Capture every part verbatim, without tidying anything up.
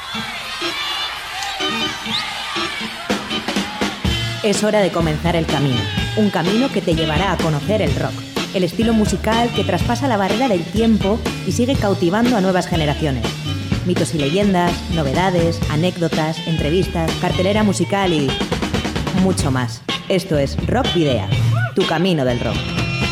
Es hora de comenzar el camino, un camino que te llevará a conocer el rock, el estilo musical que traspasa la barrera del tiempo y sigue cautivando a nuevas generaciones. Mitos y leyendas, novedades, anécdotas, entrevistas, cartelera musical y mucho más. Esto es Rock Video, tu camino del rock.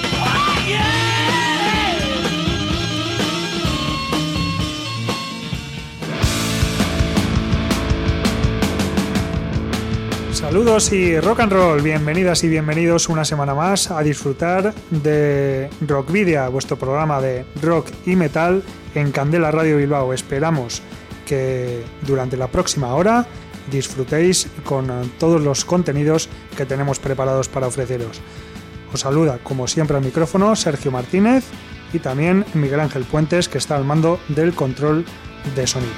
Saludos y rock and roll, bienvenidas y bienvenidos una semana más a disfrutar de Rock Video, vuestro programa de rock y metal en Candela Radio Bilbao. Esperamos que durante la próxima hora disfrutéis con todos los contenidos que tenemos preparados para ofreceros. Os saluda, como siempre, al micrófono Sergio Martínez y también Miguel Ángel Puentes, que está al mando del control de sonido.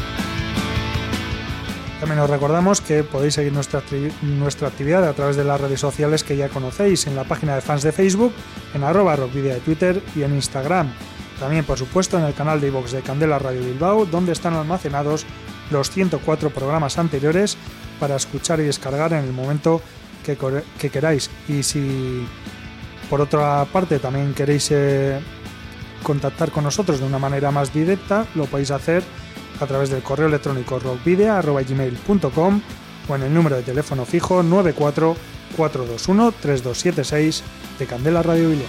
También os recordamos que podéis seguir nuestra, nuestra actividad a través de las redes sociales que ya conocéis, en la página de fans de Facebook, en arroba rockvideo de Twitter y en Instagram. También, por supuesto, en el canal de iVoox de Candela Radio Bilbao, donde están almacenados los ciento cuatro programas anteriores para escuchar y descargar en el momento que, que queráis. Y si por otra parte también queréis eh, contactar con nosotros de una manera más directa, lo podéis hacer a través del correo electrónico rockvideo arroba gmail punto com o en el número de teléfono fijo nueve cuatro cuatro dos uno tres dos siete seis de Candela Radio Bilbao.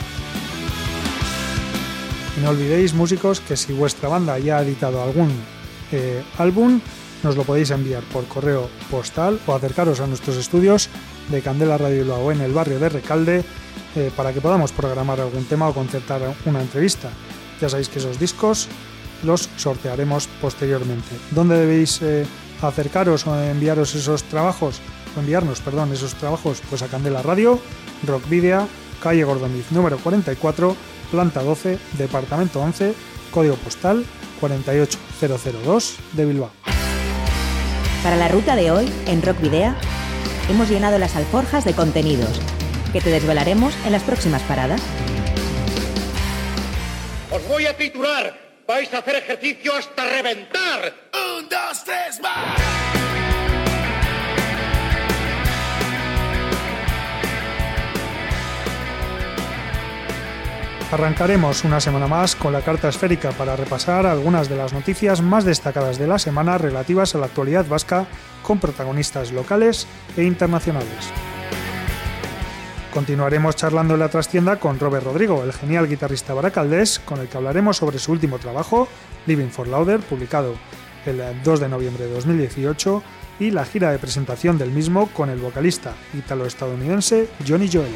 Y no olvidéis, músicos, que si vuestra banda ya ha editado algún eh, álbum, nos lo podéis enviar por correo postal o acercaros a nuestros estudios de Candela Radio Bilbao en el barrio de Recalde eh, para que podamos programar algún tema o concertar una entrevista. Ya sabéis que esos discos los sortearemos posteriormente. ¿Dónde debéis eh, acercaros o enviaros esos trabajos? O enviarnos, perdón, esos trabajos, pues a Candela Radio, Rock Video, calle Gordoniz número cuarenta y cuatro, planta doce, departamento once, código postal cuarenta y ocho mil dos de Bilbao. Para la ruta de hoy, en Rock Video, hemos llenado las alforjas de contenidos que te desvelaremos en las próximas paradas. Os voy a triturar. Vais a hacer ejercicio hasta reventar. Un, dos, tres, más. Arrancaremos una semana más con la carta esférica para repasar algunas de las noticias más destacadas de la semana relativas a la actualidad vasca, con protagonistas locales e internacionales. Continuaremos charlando en la trastienda con Robert Rodrigo, el genial guitarrista baracaldés, con el que hablaremos sobre su último trabajo, Living for Louder, publicado el dos de noviembre de dos mil dieciocho, y la gira de presentación del mismo con el vocalista ítalo-estadounidense Johnny Joel.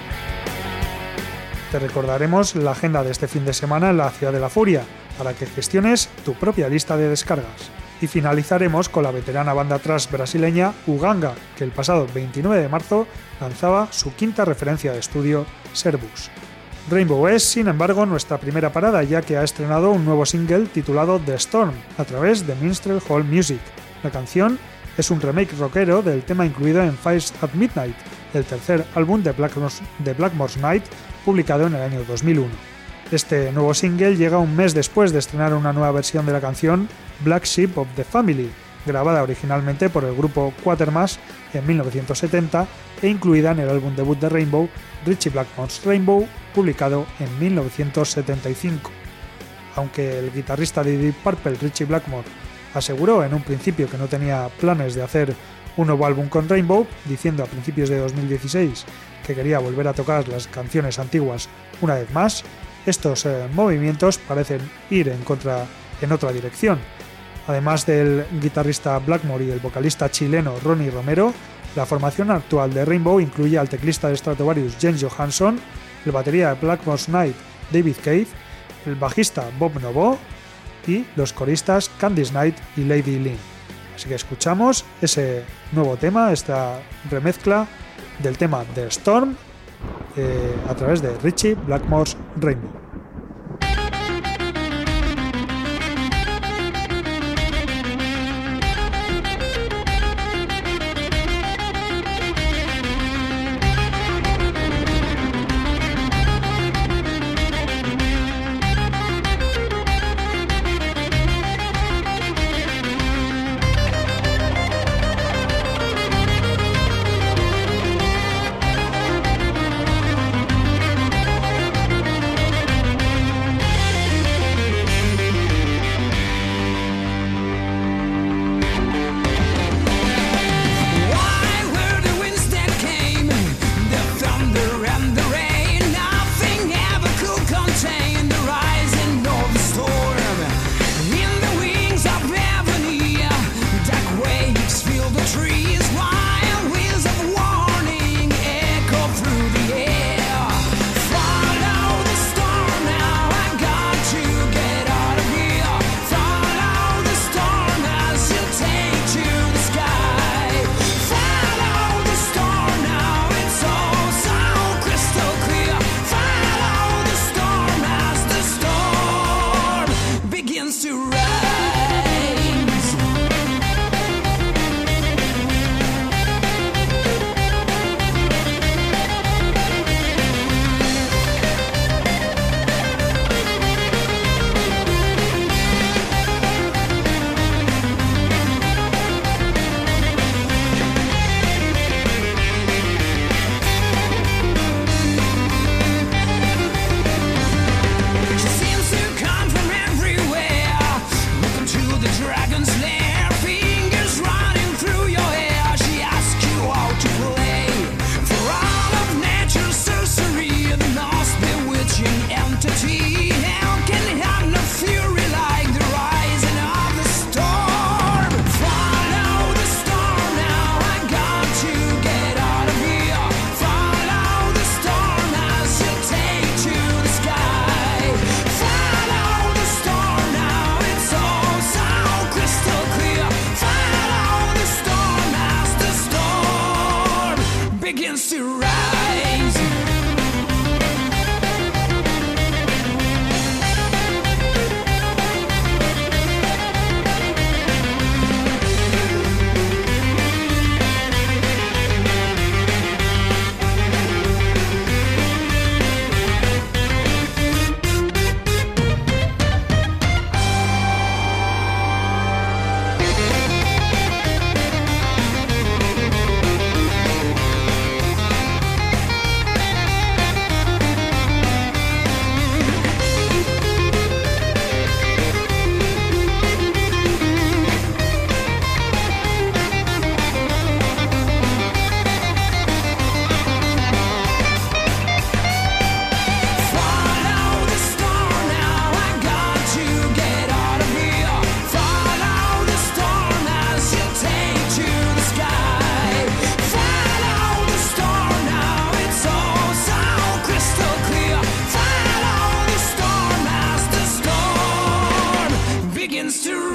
Te recordaremos la agenda de este fin de semana en la Ciudad de la Furia, para que gestiones tu propia lista de descargas. Y finalizaremos con la veterana banda thrash brasileña Uganga, que el pasado veintinueve de marzo lanzaba su quinta referencia de estudio, Servus. Rainbow es, sin embargo, nuestra primera parada, ya que ha estrenado un nuevo single titulado The Storm, a través de Minstrel Hall Music. La canción es un remake rockero del tema incluido en Fires at Midnight, el tercer álbum de Blackmore's, de Blackmore's Night, publicado en el año dos mil uno. Este nuevo single llega un mes después de estrenar una nueva versión de la canción Black Sheep of the Family, grabada originalmente por el grupo Quatermass en mil novecientos setenta e incluida en el álbum debut de Rainbow, Ritchie Blackmore's Rainbow, publicado en mil novecientos setenta y cinco. Aunque el guitarrista de Deep Purple, Ritchie Blackmore, aseguró en un principio que no tenía planes de hacer un nuevo álbum con Rainbow, diciendo a principios de dos mil dieciséis que quería volver a tocar las canciones antiguas una vez más, estos eh, movimientos parecen ir en, contra, en otra dirección. Además del guitarrista Blackmore y el vocalista chileno Ronnie Romero, la formación actual de Rainbow incluye al teclista de Stratovarius Jens Johansson, el batería de Blackmore's Night David Cave, el bajista Bob Novo y los coristas Candice Knight y Lady Lynn. Así que escuchamos ese nuevo tema, esta remezcla del tema The Storm, eh, a través de Ritchie Blackmore's Rainbow.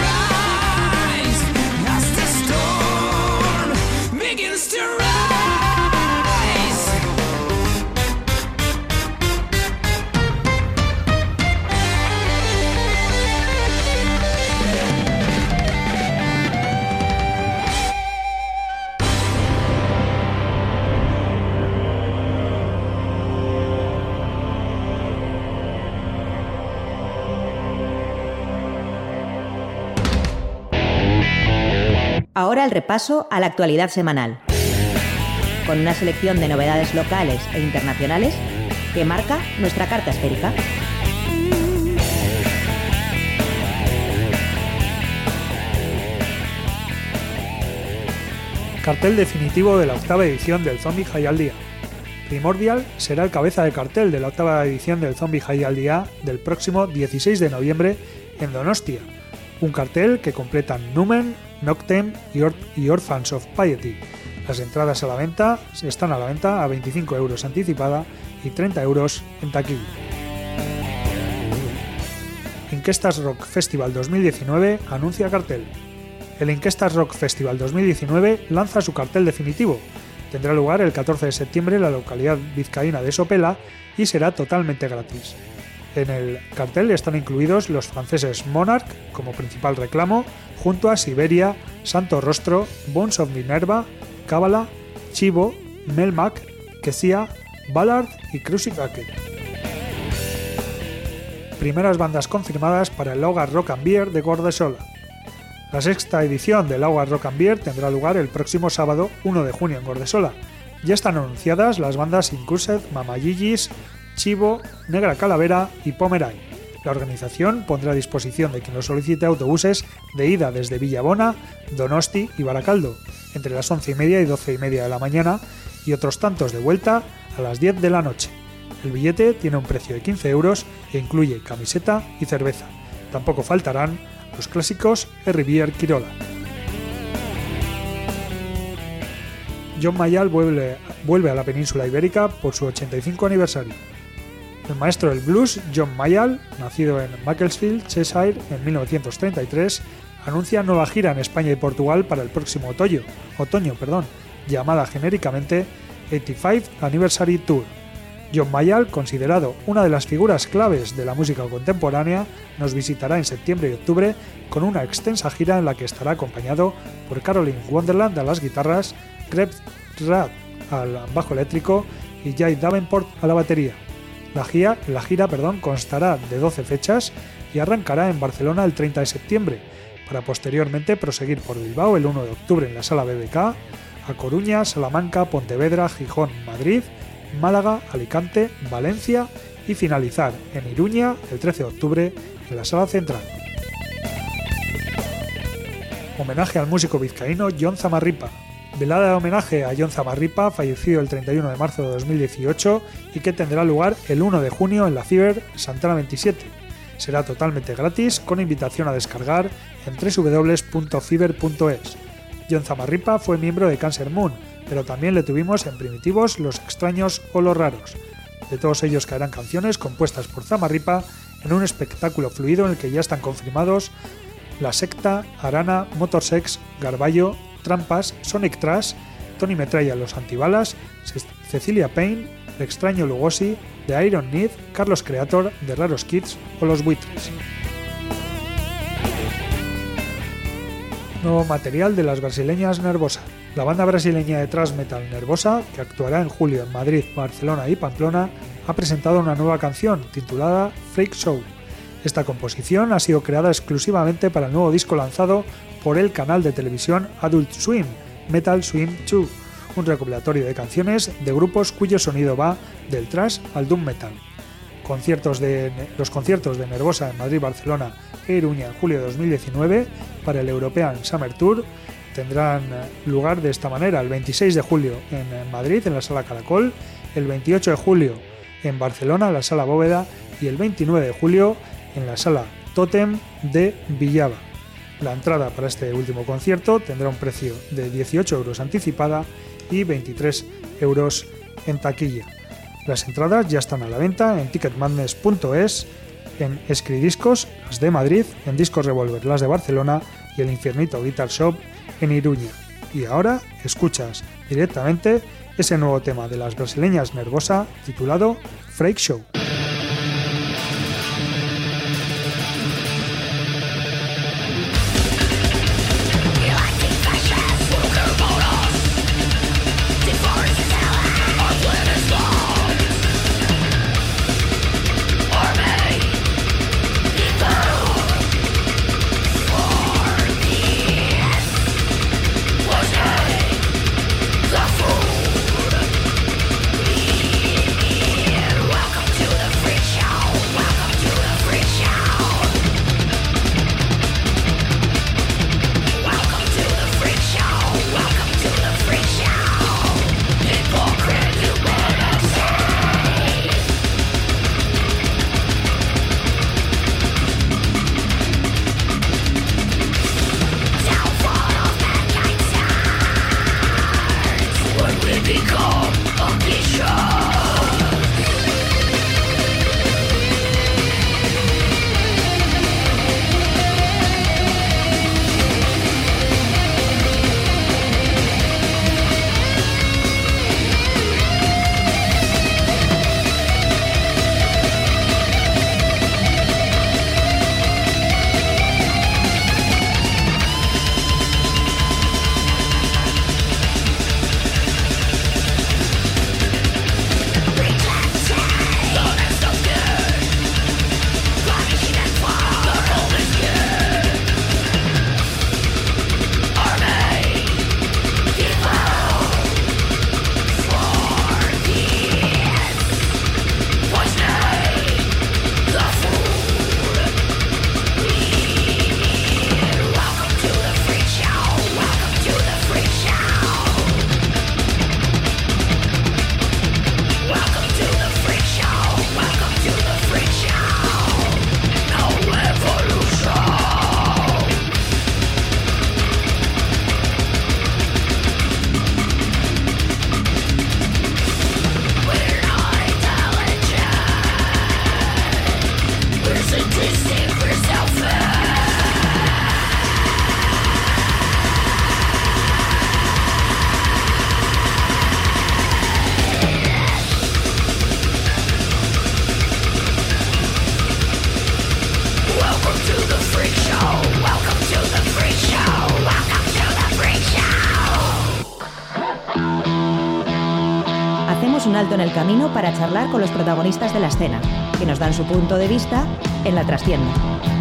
Ahora el repaso a la actualidad semanal, con una selección de novedades locales e internacionales que marca nuestra carta esférica. Cartel definitivo de la octava edición del Zombie High al Día. Primordial será el cabeza de cartel de la octava edición del Zombie High al Día del próximo dieciséis de noviembre en Donostia. Un cartel que completan Numen, Noctem y, Or- y Orphans of Piety. Las entradas a la venta están a la venta a veinticinco euros anticipada y treinta euros en taquilla. Inquestas Rock Festival dos mil diecinueve anuncia cartel. El Inquestas Rock Festival dos mil diecinueve lanza su cartel definitivo. Tendrá lugar el catorce de septiembre en la localidad vizcaína de Sopela y será totalmente gratis. En el cartel están incluidos los franceses Monarch como principal reclamo, junto a Siberia, Santo Rostro, Bones of Minerva, Cábala, Chivo, Melmac, Kessia, Ballard y Crucifixer. Primeras bandas confirmadas para el Laugar Rock and Beer de Gordesola. La sexta edición del Laugar Rock and Beer tendrá lugar el próximo sábado uno de junio en Gordesola. Ya están anunciadas las bandas Incursed, Mamayigis, Chivo, Negra Calavera y Pomeray. La organización pondrá a disposición de quien lo solicite autobuses de ida desde Villabona, Donosti y Baracaldo, entre las once y media y doce y media de la mañana, y otros tantos de vuelta a las diez de la noche. El billete tiene un precio de quince euros e incluye camiseta y cerveza. Tampoco faltarán los clásicos Rivier Quirola. John Mayall vuelve, vuelve a la península ibérica por su ochenta y cinco aniversario. El maestro del blues, John Mayall, nacido en Macclesfield, Cheshire, en mil novecientos treinta y tres, anuncia nueva gira en España y Portugal para el próximo otoño, otoño perdón, llamada genéricamente ochenta y cinco Anniversary Tour. John Mayall, considerado una de las figuras claves de la música contemporánea, nos visitará en septiembre y octubre con una extensa gira en la que estará acompañado por Caroline Wonderland a las guitarras, Greg Radd al bajo eléctrico y Jay Davenport a la batería. La gira, la gira perdón, constará de doce fechas y arrancará en Barcelona el treinta de septiembre, para posteriormente proseguir por Bilbao el uno de octubre en la Sala B B K, a Coruña, Salamanca, Pontevedra, Gijón, Madrid, Málaga, Alicante, Valencia y finalizar en Iruña el trece de octubre en la Sala Central. Homenaje al músico vizcaíno Jon Zamarripa. Velada de homenaje a Jon Zamarripa, fallecido el treinta y uno de marzo de dos mil dieciocho y que tendrá lugar el uno de junio en la Ciber Santana veintisiete. Será totalmente gratis con invitación a descargar en doble u doble u doble u punto fiber punto es. Jon Zamarripa fue miembro de Cancer Moon, pero también le tuvimos en Primitivos, Los Extraños o Los Raros. De todos ellos caerán canciones compuestas por Zamarripa en un espectáculo fluido en el que ya están confirmados La Secta, Arana, Motorsex, Garballo, Trampas, Sonic Trash, Tony Metralla, Los Antibalas, Cecilia Payne, El Extraño Lugosi, The Iron Need, Carlos Creator, The Raros Kids o Los Buitres. Nuevo material de las brasileñas Nervosa. La banda brasileña de thrash metal Nervosa, que actuará en julio en Madrid, Barcelona y Pamplona, ha presentado una nueva canción titulada Freak Show. Esta composición ha sido creada exclusivamente para el nuevo disco lanzado por el canal de televisión Adult Swim, Metal Swim dos, un recopilatorio de canciones de grupos cuyo sonido va del thrash al doom metal. Conciertos de, los conciertos de Nervosa en Madrid, Barcelona e Iruña en julio de dos mil diecinueve para el European Summer Tour tendrán lugar de esta manera: el veintiséis de julio en Madrid en la Sala Caracol, el veintiocho de julio en Barcelona en la Sala Bóveda y el veintinueve de julio en la Sala Totem de Villaba. La entrada para este último concierto tendrá un precio de dieciocho euros anticipada y veintitrés euros en taquilla. Las entradas ya están a la venta en ticket madness punto es en Escridiscos, las de Madrid, en Discos Revolver, las de Barcelona y el Infiernito Guitar Shop en Iruña. Y ahora escuchas directamente ese nuevo tema de las brasileñas Nervosa titulado Freak Show. Un alto en el camino para charlar con los protagonistas de la escena, que nos dan su punto de vista en la trastienda.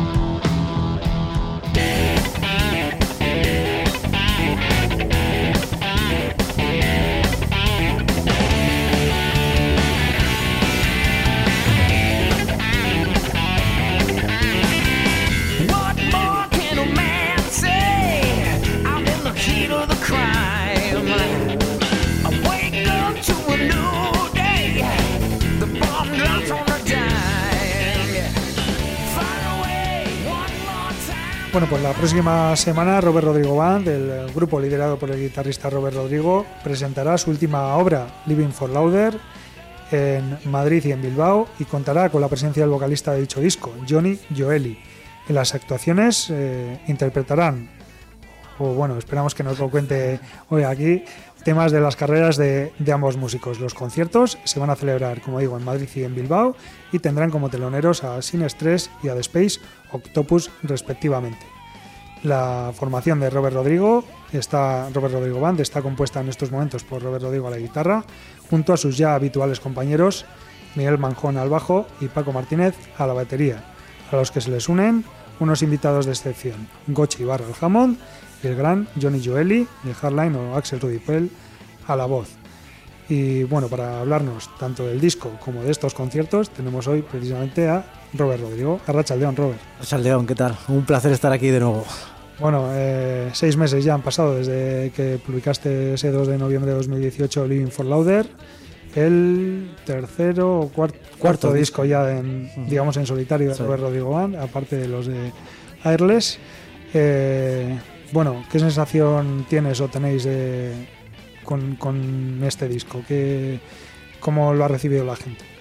Bueno, pues la próxima semana Robert Rodrigo Band, el grupo liderado por el guitarrista Robert Rodrigo, presentará su última obra, Living for Louder, en Madrid y en Bilbao, y contará con la presencia del vocalista de dicho disco, Johnny Joeli. En las actuaciones eh, interpretarán, o bueno, esperamos que nos lo cuente hoy aquí, temas de las carreras de, de ambos músicos. Los conciertos se van a celebrar, como digo, en Madrid y en Bilbao, y tendrán como teloneros a Sinestress y a The Space Octopus respectivamente. La formación de Robert Rodrigo está Robert Rodrigo Band está compuesta en estos momentos por Robert Rodrigo a la guitarra, junto a sus ya habituales compañeros Miguel Manjón al bajo y Paco Martínez a la batería, a los que se les unen unos invitados de excepción, Gochi Barra al Hammond y el gran Johnny Joeli de Hardline o Axel Rudipel a la voz. Y bueno, para hablarnos tanto del disco como de estos conciertos, tenemos hoy precisamente a Robert Rodrigo. Arratsaldeon, Robert. Arratsaldeon, ¿qué tal? Un placer estar aquí de nuevo. Bueno, eh, seis meses ya han pasado desde que publicaste ese dos de noviembre de dos mil dieciocho Living for Louder, el tercero o cuarto, cuarto, cuarto disco ya en, digamos en solitario de sí. Robert Rodrigo Band, aparte de los de Airless. Eh, bueno, ¿qué sensación tienes o tenéis de, con, con este disco? ¿Qué, ¿Cómo lo ha recibido la gente?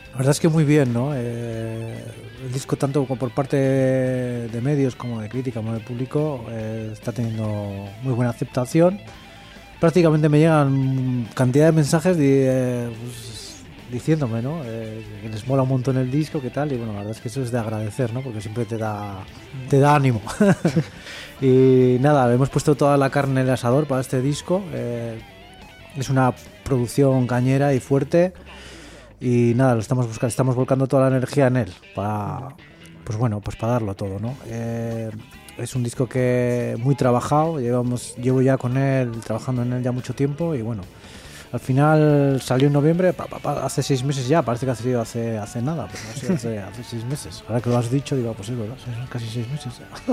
La verdad es que muy bien, ¿no? Eh, el disco, tanto por parte de medios como de crítica como de público, eh, está teniendo muy buena aceptación. Prácticamente me llegan cantidad de mensajes de, eh, pues, diciéndome, ¿no? Eh, que les mola un montón el disco, que tal, y bueno, la verdad es que eso es de agradecer, ¿no? Porque siempre te da, te da ánimo. Y nada, hemos puesto toda la carne en el asador para este disco. Eh, es una producción cañera y fuerte. Y nada, lo estamos buscando, estamos volcando toda la energía en él para, pues bueno, pues para darlo todo, ¿no? Eh, es un disco que muy trabajado, llevamos, llevo ya con él, trabajando en él ya mucho tiempo y bueno, al final salió en noviembre, pa, pa, pa, hace seis meses ya, parece que ha salido hace, hace nada, pero no sé, hace, hace seis meses. Ahora que lo has dicho, digo, pues es verdad, son casi seis meses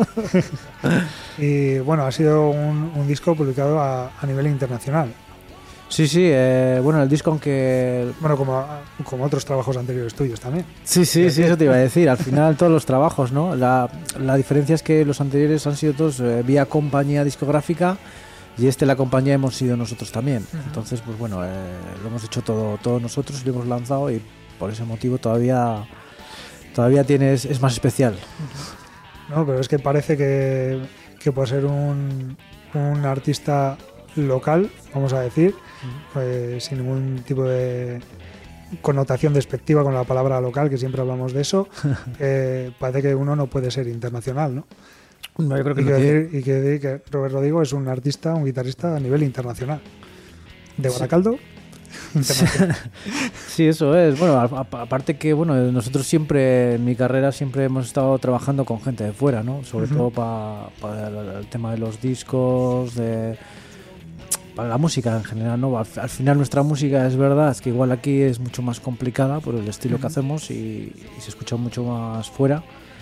ya. Y bueno, ha sido un, un disco publicado a, a nivel internacional. Sí, sí, eh, bueno, el disco, aunque... Bueno, como, como otros trabajos anteriores tuyos también. Sí, sí, sí, eso te iba a decir. Al final todos los trabajos, ¿no? La, la diferencia es que los anteriores han sido todos eh, vía compañía discográfica y este, la compañía, hemos sido nosotros también. Uh-huh. Entonces, pues bueno, eh, lo hemos hecho todo, todos nosotros y lo hemos lanzado y por ese motivo todavía, todavía tienes, es más especial. Uh-huh. No, pero es que parece que, que por ser un, un artista local, vamos a decir, pues, sin ningún tipo de connotación despectiva con la palabra local, que siempre hablamos de eso, eh, parece que uno no puede ser internacional, ¿no? No, yo creo que y, no que tiene... decir, y que decir que Robert Rodrigo es un artista, un guitarrista a nivel internacional. De Baracaldo, sí. Internacional. Sí, eso es. Bueno, aparte que bueno, nosotros siempre, en mi carrera, siempre hemos estado trabajando con gente de fuera, ¿no? Sobre uh-huh. todo para pa el, el tema de los discos, de... para la música en general, ¿no? Al, al final nuestra música, es verdad, es que igual aquí es mucho más complicada por el estilo uh-huh. que hacemos y, y se escucha mucho más fuera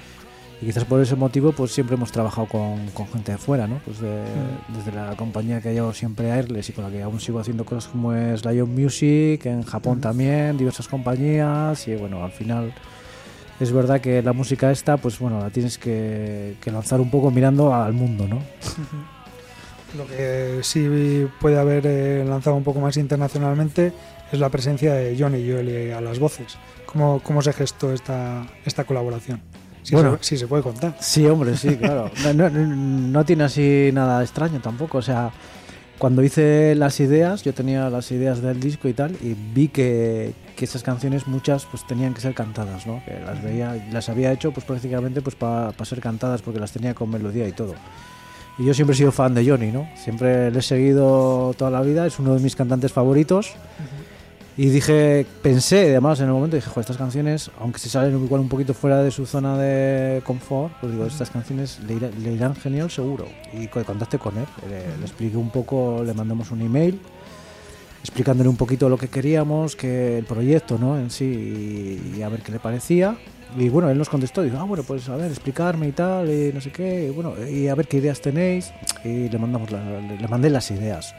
y quizás por ese motivo pues siempre hemos trabajado con, con gente de fuera, ¿no? Pues de, uh-huh. desde la compañía que llevo siempre, Airless, y con la que aún sigo haciendo cosas como es Lion Music, en Japón uh-huh. también, diversas compañías y bueno, al final es verdad que la música esta pues bueno, la tienes que, que lanzar un poco mirando al mundo, ¿no? Uh-huh. Lo que sí puede haber eh, lanzado un poco más internacionalmente es la presencia de Johnny Joel a las voces. ¿Cómo, cómo se gestó esta, esta colaboración? Si, bueno, se, si se puede contar. Sí, hombre, sí, claro. No, no, no tiene así nada extraño tampoco. O sea, cuando hice las ideas, yo tenía las ideas del disco y tal, y vi que, que esas canciones, muchas, pues tenían que ser cantadas, ¿no? Que las veía, las había hecho pues prácticamente pues para pa ser cantadas porque las tenía con melodía y todo. Y yo siempre he sido fan de Johnny, ¿no? Siempre le he seguido toda la vida, es uno de mis cantantes favoritos. Uh-huh. Y dije, pensé, además en el momento, dije, joder, estas canciones, aunque se salen igual un poquito fuera de su zona de confort, pues digo, uh-huh. estas canciones le, irá, le irán genial seguro. Y contacté con él, le, uh-huh. le expliqué un poco, le mandamos un email, explicándole un poquito lo que queríamos, que el proyecto, ¿no? En sí, y, y a ver qué le parecía. Y bueno, él nos contestó, dijo, ah, bueno, pues a ver, explicarme y tal, y no sé qué, y bueno, y a ver qué ideas tenéis, y le mandamos la, le, le mandé las ideas.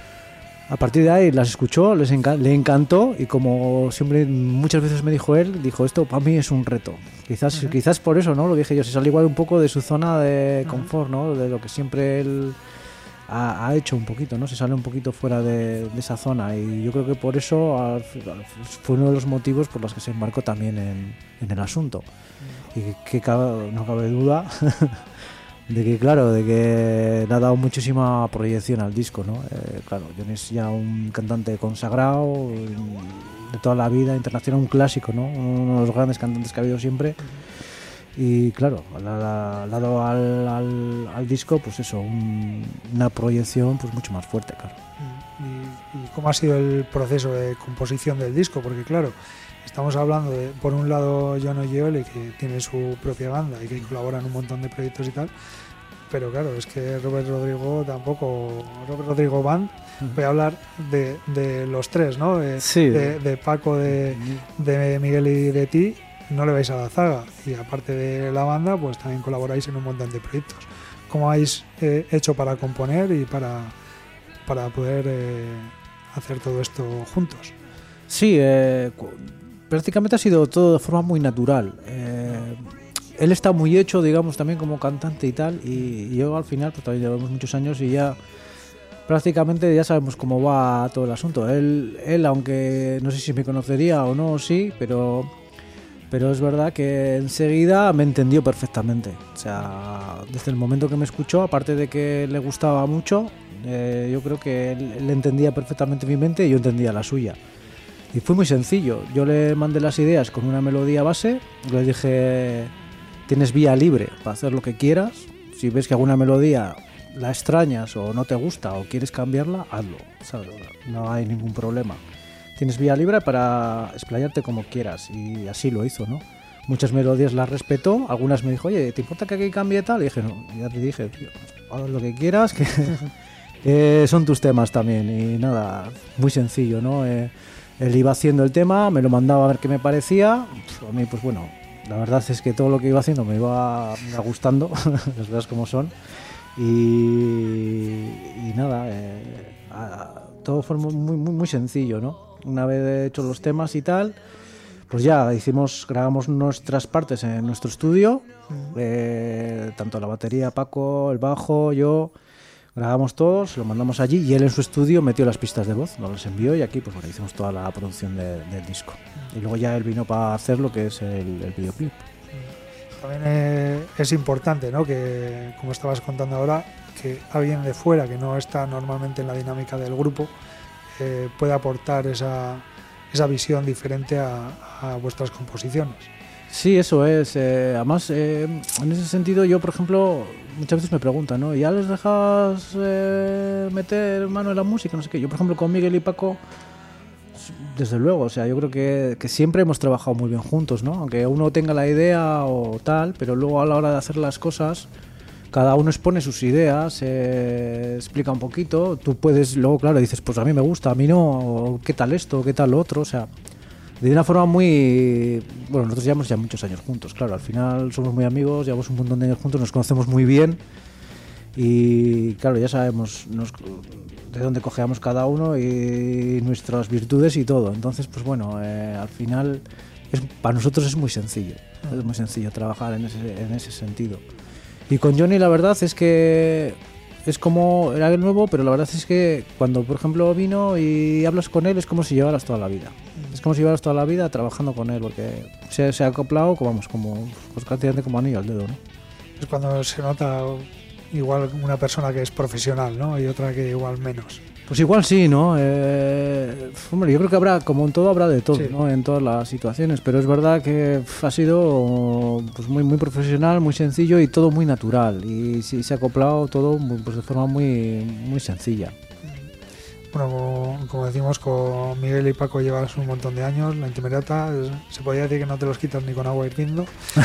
A partir de ahí las escuchó, les enca- le encantó, y como siempre muchas veces me dijo él, dijo, esto para mí es un reto. Quizás, uh-huh. quizás por eso, ¿no? Lo dije yo, se sale igual un poco de su zona de confort, ¿no? De lo que siempre él ha, ha hecho un poquito, ¿no? Se sale un poquito fuera de, de esa zona, y yo creo que por eso al, al, fue uno de los motivos por los que se embarcó también en, en el asunto. Uh-huh. Y que, que cabe, no cabe duda de que, claro, de que le ha dado muchísima proyección al disco, ¿no? Eh, claro, Johnny es ya un cantante consagrado de toda la vida, internacional, un clásico, ¿no? Uno de los grandes cantantes que ha habido siempre. Y claro, le ha dado al, al, al disco, pues eso, un, una proyección pues mucho más fuerte, claro. ¿Y, ¿Y cómo ha sido el proceso de composición del disco? Porque claro, estamos hablando de, por un lado, Johnny Joel, que tiene su propia banda y que colabora en un montón de proyectos y tal, pero claro, es que Robert Rodrigo tampoco, Robert Rodrigo Band, uh-huh. voy a hablar de, de los tres, ¿no? De, sí. de, de Paco, de, de Miguel y de ti, no le vais a la zaga, y aparte de la banda, pues también colaboráis en un montón de proyectos. ¿Cómo habéis eh, hecho para componer y para, para poder eh, hacer todo esto juntos? Sí, eh, prácticamente ha sido todo de forma muy natural. Eh, él está muy hecho, digamos, también como cantante y tal, y, y yo al final, pues también llevamos muchos años y ya prácticamente ya sabemos cómo va todo el asunto. Él, él aunque no sé si me conocería o no, sí, pero, pero es verdad que enseguida me entendió perfectamente. O sea, desde el momento que me escuchó, aparte de que le gustaba mucho, eh, yo creo que él, él entendía perfectamente mi mente y yo entendía la suya. Y fue muy sencillo. Yo le mandé las ideas con una melodía base, le dije, tienes vía libre para hacer lo que quieras. Si ves que alguna melodía la extrañas o no te gusta o quieres cambiarla, hazlo, ¿sabes? No hay ningún problema. Tienes vía libre para explayarte como quieras, y así lo hizo, ¿no? Muchas melodías las respetó, algunas me dijo, oye, ¿te importa que aquí cambie tal? Y dije, no, ya te dije, tío, haz lo que quieras, que eh, son tus temas también. Y nada, muy sencillo, ¿no? Eh, él iba haciendo el tema, me lo mandaba a ver qué me parecía. A mí, pues bueno, la verdad es que todo lo que iba haciendo me iba, me iba gustando, las cosas como son. Y, y nada, eh, a, todo fue muy, muy, muy sencillo, ¿no? Una vez hecho los temas y tal, pues ya hicimos, grabamos nuestras partes en nuestro estudio, eh, tanto la batería, Paco, el bajo, yo, grabamos todos, lo mandamos allí y él en su estudio metió las pistas de voz, nos las envió y aquí pues bueno, hicimos toda la producción de, del disco. Y luego ya él vino para hacer lo que es el, el videoclip. También eh, es importante, ¿no? Que, como estabas contando ahora, que alguien de fuera que no está normalmente en la dinámica del grupo eh, pueda aportar esa, esa visión diferente a, a vuestras composiciones. Sí, eso es. Eh, además, eh, en ese sentido, yo, por ejemplo, muchas veces me preguntan, ¿no? ¿Ya les dejas eh, meter mano en la música? No sé qué. Yo, por ejemplo, con Miguel y Paco, desde luego, o sea, yo creo que, que siempre hemos trabajado muy bien juntos, ¿no? Aunque uno tenga la idea o tal, pero luego a la hora de hacer las cosas, cada uno expone sus ideas, eh, explica un poquito. Tú puedes, luego, claro, dices, pues a mí me gusta, a mí no, ¿qué tal esto? ¿Qué tal lo otro? O sea, de una forma muy... Bueno, nosotros llevamos ya muchos años juntos, claro, al final somos muy amigos, llevamos un montón de años juntos, nos conocemos muy bien y, claro, ya sabemos nos, de dónde cojeamos cada uno y nuestras virtudes y todo. Entonces, pues bueno, eh, al final, es, para nosotros es muy sencillo, es muy sencillo trabajar en ese, en ese sentido. Y con Johnny la verdad es que es como, era el nuevo, pero la verdad es que cuando, por ejemplo, vino y hablas con él es como si llevaras toda la vida. Es como si llevaras toda la vida trabajando con él, porque se, se ha acoplado, vamos, como, pues prácticamente como anillo al dedo, ¿no? Es cuando se nota igual una persona que es profesional, ¿no? Y otra que igual menos. Pues igual sí, ¿no? Eh, hombre, yo creo que habrá, como en todo, habrá de todo, sí, ¿no? En todas las situaciones, pero es verdad que ha sido pues muy muy profesional, muy sencillo y todo muy natural. Y sí, se ha acoplado todo pues de forma muy, muy sencilla. Bueno, como, como decimos, con Miguel y Paco llevas un montón de años, la Intimerata, se podría decir que no te los quitas ni con agua hirviendo.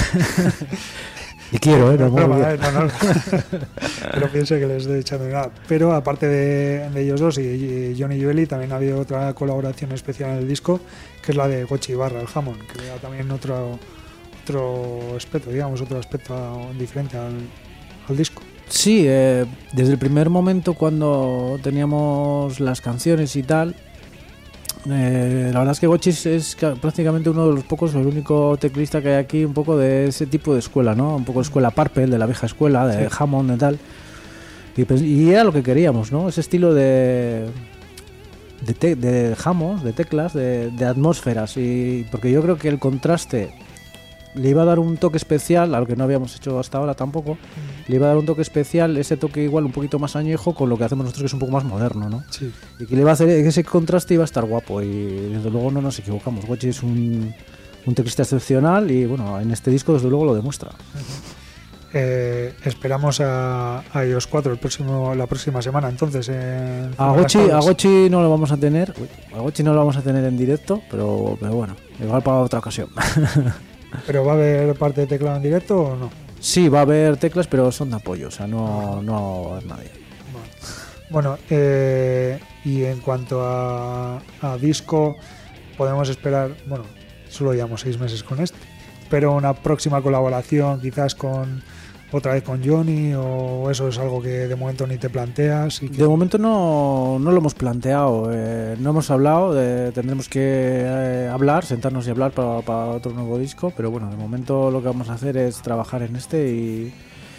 Y quiero, ¿eh? No, no, no, no, no, no. Pero pienso que les estoy echando nada. Pero aparte de, de ellos dos y, y Johnny Joeli, también ha habido otra colaboración especial en el disco, que es la de Gochi Ibarra, el Hammond, que le da también otro, otro aspecto, digamos, otro aspecto diferente al, al disco. Sí, eh, desde el primer momento cuando teníamos las canciones y tal, eh, la verdad es que Gochi es, es prácticamente uno de los pocos, el único teclista que hay aquí un poco de ese tipo de escuela, ¿no? Un poco de escuela Purple, de la vieja escuela, de sí. Hammond y tal. Y, pues, y era lo que queríamos, ¿no? Ese estilo de de, te, de Hammond, de teclas, de, de atmósferas, y porque yo creo que el contraste le iba a dar un toque especial, algo que no habíamos hecho hasta ahora tampoco, mm. le iba a dar un toque especial, ese toque igual un poquito más añejo con lo que hacemos nosotros, que es un poco más moderno, ¿no? Sí. Y que le iba a hacer, ese contraste iba a estar guapo, y desde luego no nos equivocamos. Gochi es un, un teclista excepcional y bueno, en este disco desde luego lo demuestra. Uh-huh. eh, esperamos a, a ellos cuatro el próximo, la próxima semana, entonces. En a, Gochi, a Gochi no lo vamos a tener, a Gochi no lo vamos a tener en directo, pero, pero bueno, igual para otra ocasión. ¿Pero va a haber parte de teclado en directo o no? Sí, va a haber teclas, pero son de apoyo, o sea, no, no va a haber nadie. Bueno, bueno eh, y en cuanto a, a disco, podemos esperar, bueno, solo llevamos seis meses con este, pero una próxima colaboración quizás con otra vez con Johnny, o eso es algo que de momento ni te planteas. Y que... De momento no, no lo hemos planteado, eh, no hemos hablado, de, tendremos que eh, hablar, sentarnos y hablar para, para otro nuevo disco, pero bueno, de momento lo que vamos a hacer es trabajar en este y,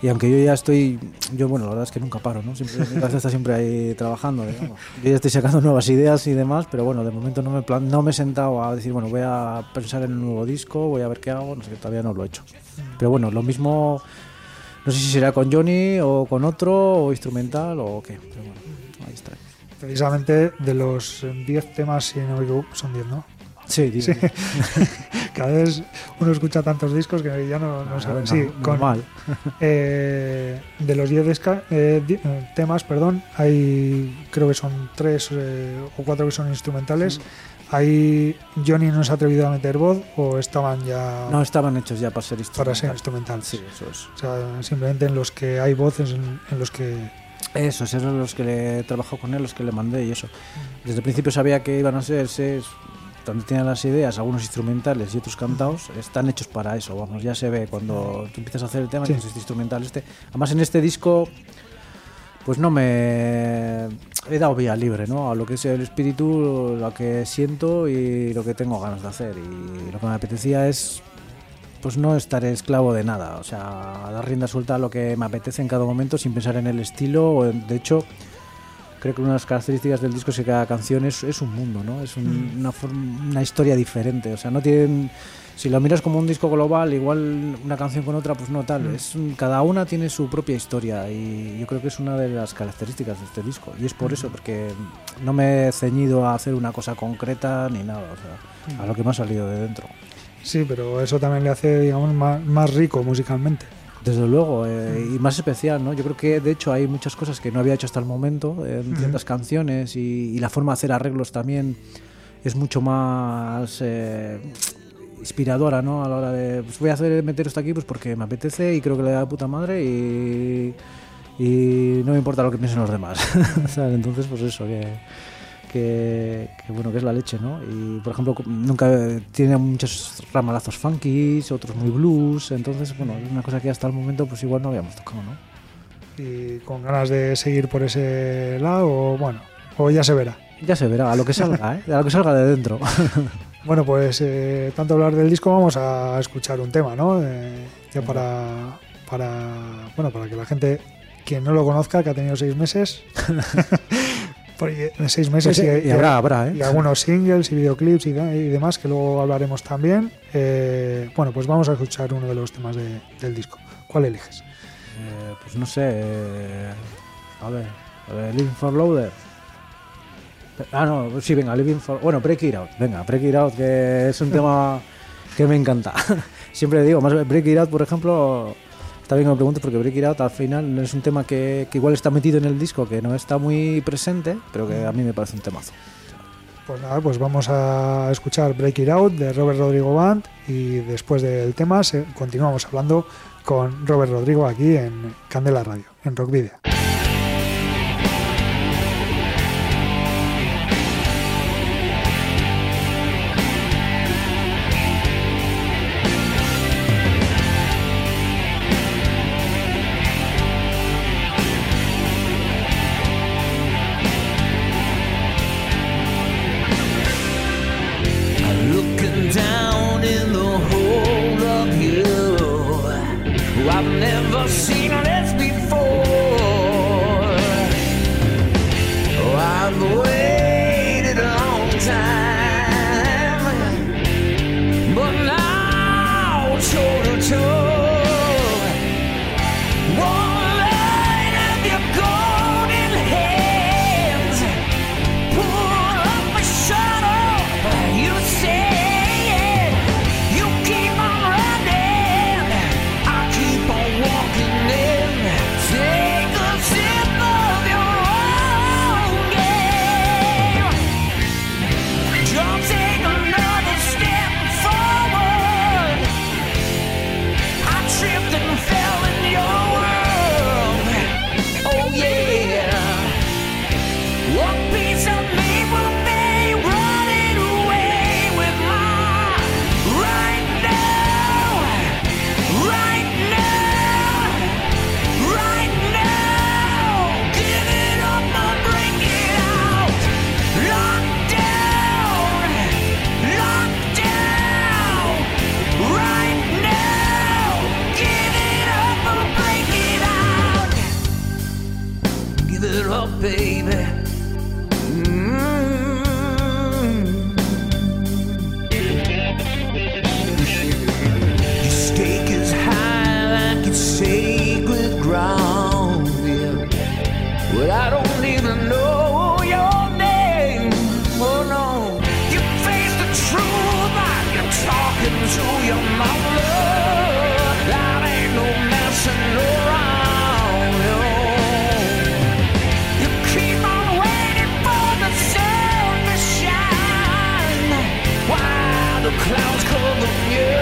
Y aunque yo ya estoy, yo bueno, la verdad es que nunca paro, ¿no? Siempre, mi cabeza está siempre ahí trabajando, digamos. Yo ya estoy sacando nuevas ideas y demás, pero bueno, de momento no me, plan, no me he sentado a decir, bueno, voy a pensar en un nuevo disco, voy a ver qué hago, no sé, todavía no lo he hecho. Pero bueno, lo mismo, no sé si será con Johnny o con otro, o instrumental o qué, pero bueno, ahí está. Precisamente de los diez temas, si no me equivoco, son diez, ¿no? Sí, sí. Cada vez uno escucha tantos discos que ya no, no sabe. No, sí, con, normal. Eh, de los diez eh, eh, temas, perdón, hay creo que son tres eh, o cuatro que son instrumentales. Sí. Ahí Johnny no se ha atrevido a meter voz o estaban ya... No, estaban hechos ya para ser instrumental. Para ser instrumental. Sí, eso es. O sea, simplemente en los que hay voces, en, en los que... Eso, esos son los que le trabajó con él, los que le mandé y eso. Desde el principio sabía que iban a ser... ser donde tienen las ideas, algunos instrumentales y otros cantados, están hechos para eso, vamos, ya se ve cuando tú empiezas a hacer el tema, sí. Que es este instrumental, este. Además en este disco, pues no me he dado vía libre, ¿no? A lo que es el espíritu, lo que siento y lo que tengo ganas de hacer. Y lo que me apetecía es, pues no estar esclavo de nada, o sea, dar rienda suelta a lo que me apetece en cada momento sin pensar en el estilo, o en, de hecho... Creo que una de las características del disco es que cada canción es, es un mundo, ¿no? Es un, una, forma, una historia diferente. O sea, no tienen... Si lo miras como un disco global, igual una canción con otra, pues no tal. Mm. Es un, cada una tiene su propia historia y yo creo que es una de las características de este disco. Y es por mm. eso, porque no me he ceñido a hacer una cosa concreta ni nada. O sea, mm. a lo que me ha salido de dentro. Sí, pero eso también le hace, digamos, más, más rico musicalmente. Desde luego, eh, y más especial, ¿no? Yo creo que de hecho hay muchas cosas que no había hecho hasta el momento en ciertas uh-huh. canciones y, y la forma de hacer arreglos también es mucho más eh, inspiradora, ¿no? A la hora de, pues voy a hacer meter esto aquí pues porque me apetece y creo que le da de puta madre y, y no me importa lo que piensen los demás. ¿Sabes? Entonces, pues eso, que... Que, que bueno, que es la leche, ¿no? Y por ejemplo, nunca tiene muchos ramalazos funkies, otros muy blues, entonces, bueno, es una cosa que hasta el momento pues igual no habíamos tocado, ¿no? Y con ganas de seguir por ese lado, o bueno, o ya se verá. Ya se verá, a lo que salga, ¿eh? A lo que salga de dentro. Bueno, pues eh, tanto hablar del disco, vamos a escuchar un tema, ¿no? Eh, ya para, para, bueno, para que la gente, quien no lo conozca, que ha tenido seis meses... En seis meses pues, y, y, habrá, habrá, ¿eh? Y algunos singles y videoclips y, y demás que luego hablaremos también. Eh, bueno, pues vamos a escuchar uno de los temas de, del disco. ¿Cuál eliges? Eh, pues no sé. Eh, a ver, a ver, Living for Loader. Ah, no, sí, venga, Living for. Bueno, Break It Out. Venga, Break It Out, que es un tema que me encanta. Siempre digo, más Break It Out, por ejemplo. Está bien que me preguntes porque Break It Out al final es un tema que, que igual está metido en el disco, que no está muy presente, pero que a mí me parece un temazo. Pues nada, pues vamos a escuchar Break It Out de Robert Rodrigo Band y después del tema se, continuamos hablando con Robert Rodrigo aquí en Candela Radio, en Rock Video. I've never seen this before. give it up, baby. Mm-hmm. Your stake is high like it's sacred ground, yeah. Well, I don't even know your name, oh no. You face the truth like you're talking to your mother. That ain't no messing around, yo. You keep on waiting for the sun to shine while the clouds cover you.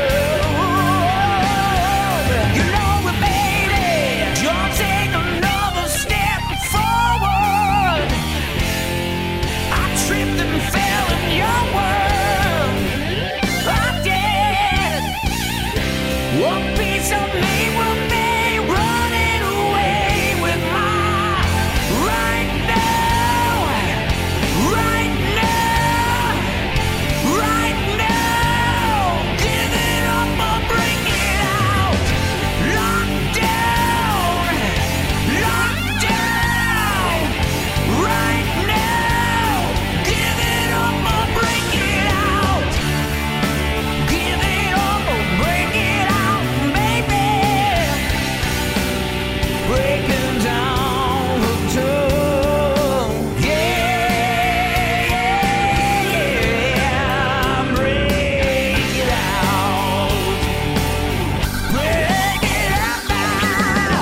You know it, baby. Don't take another step forward. I tripped and fell in your world. I did. One piece of me will be running away with my right now, right now, right now. Give it up or bring it out. Locked down, locked down, right now. Give it up or bring it out. Give it up or bring it out, baby. Breaking down the door. Yeah, yeah, break it out. Break it out now.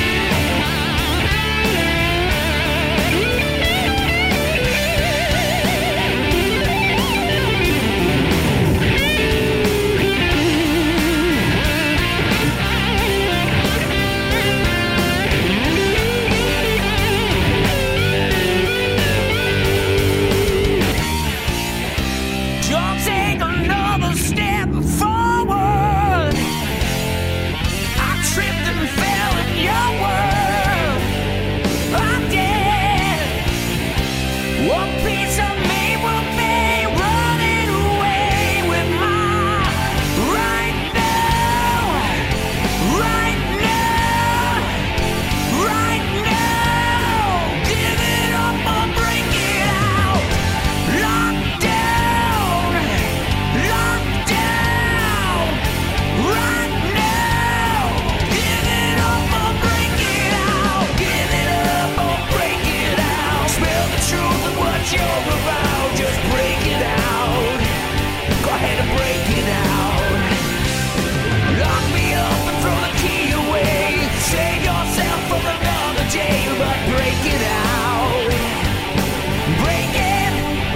Don't take another step forward. I tripped and fell in your world. I did. One piece of me will be running away with my right now, right now, right now. Give it up or bring it out. Locked down, locked down, right now. Give it up or bring it out. Give it up or break it out. Spill the truth of what you're about. Just break it out. Go ahead and break it out. Lock me up and throw the key away. Save yourself for another day, but break it out. Break it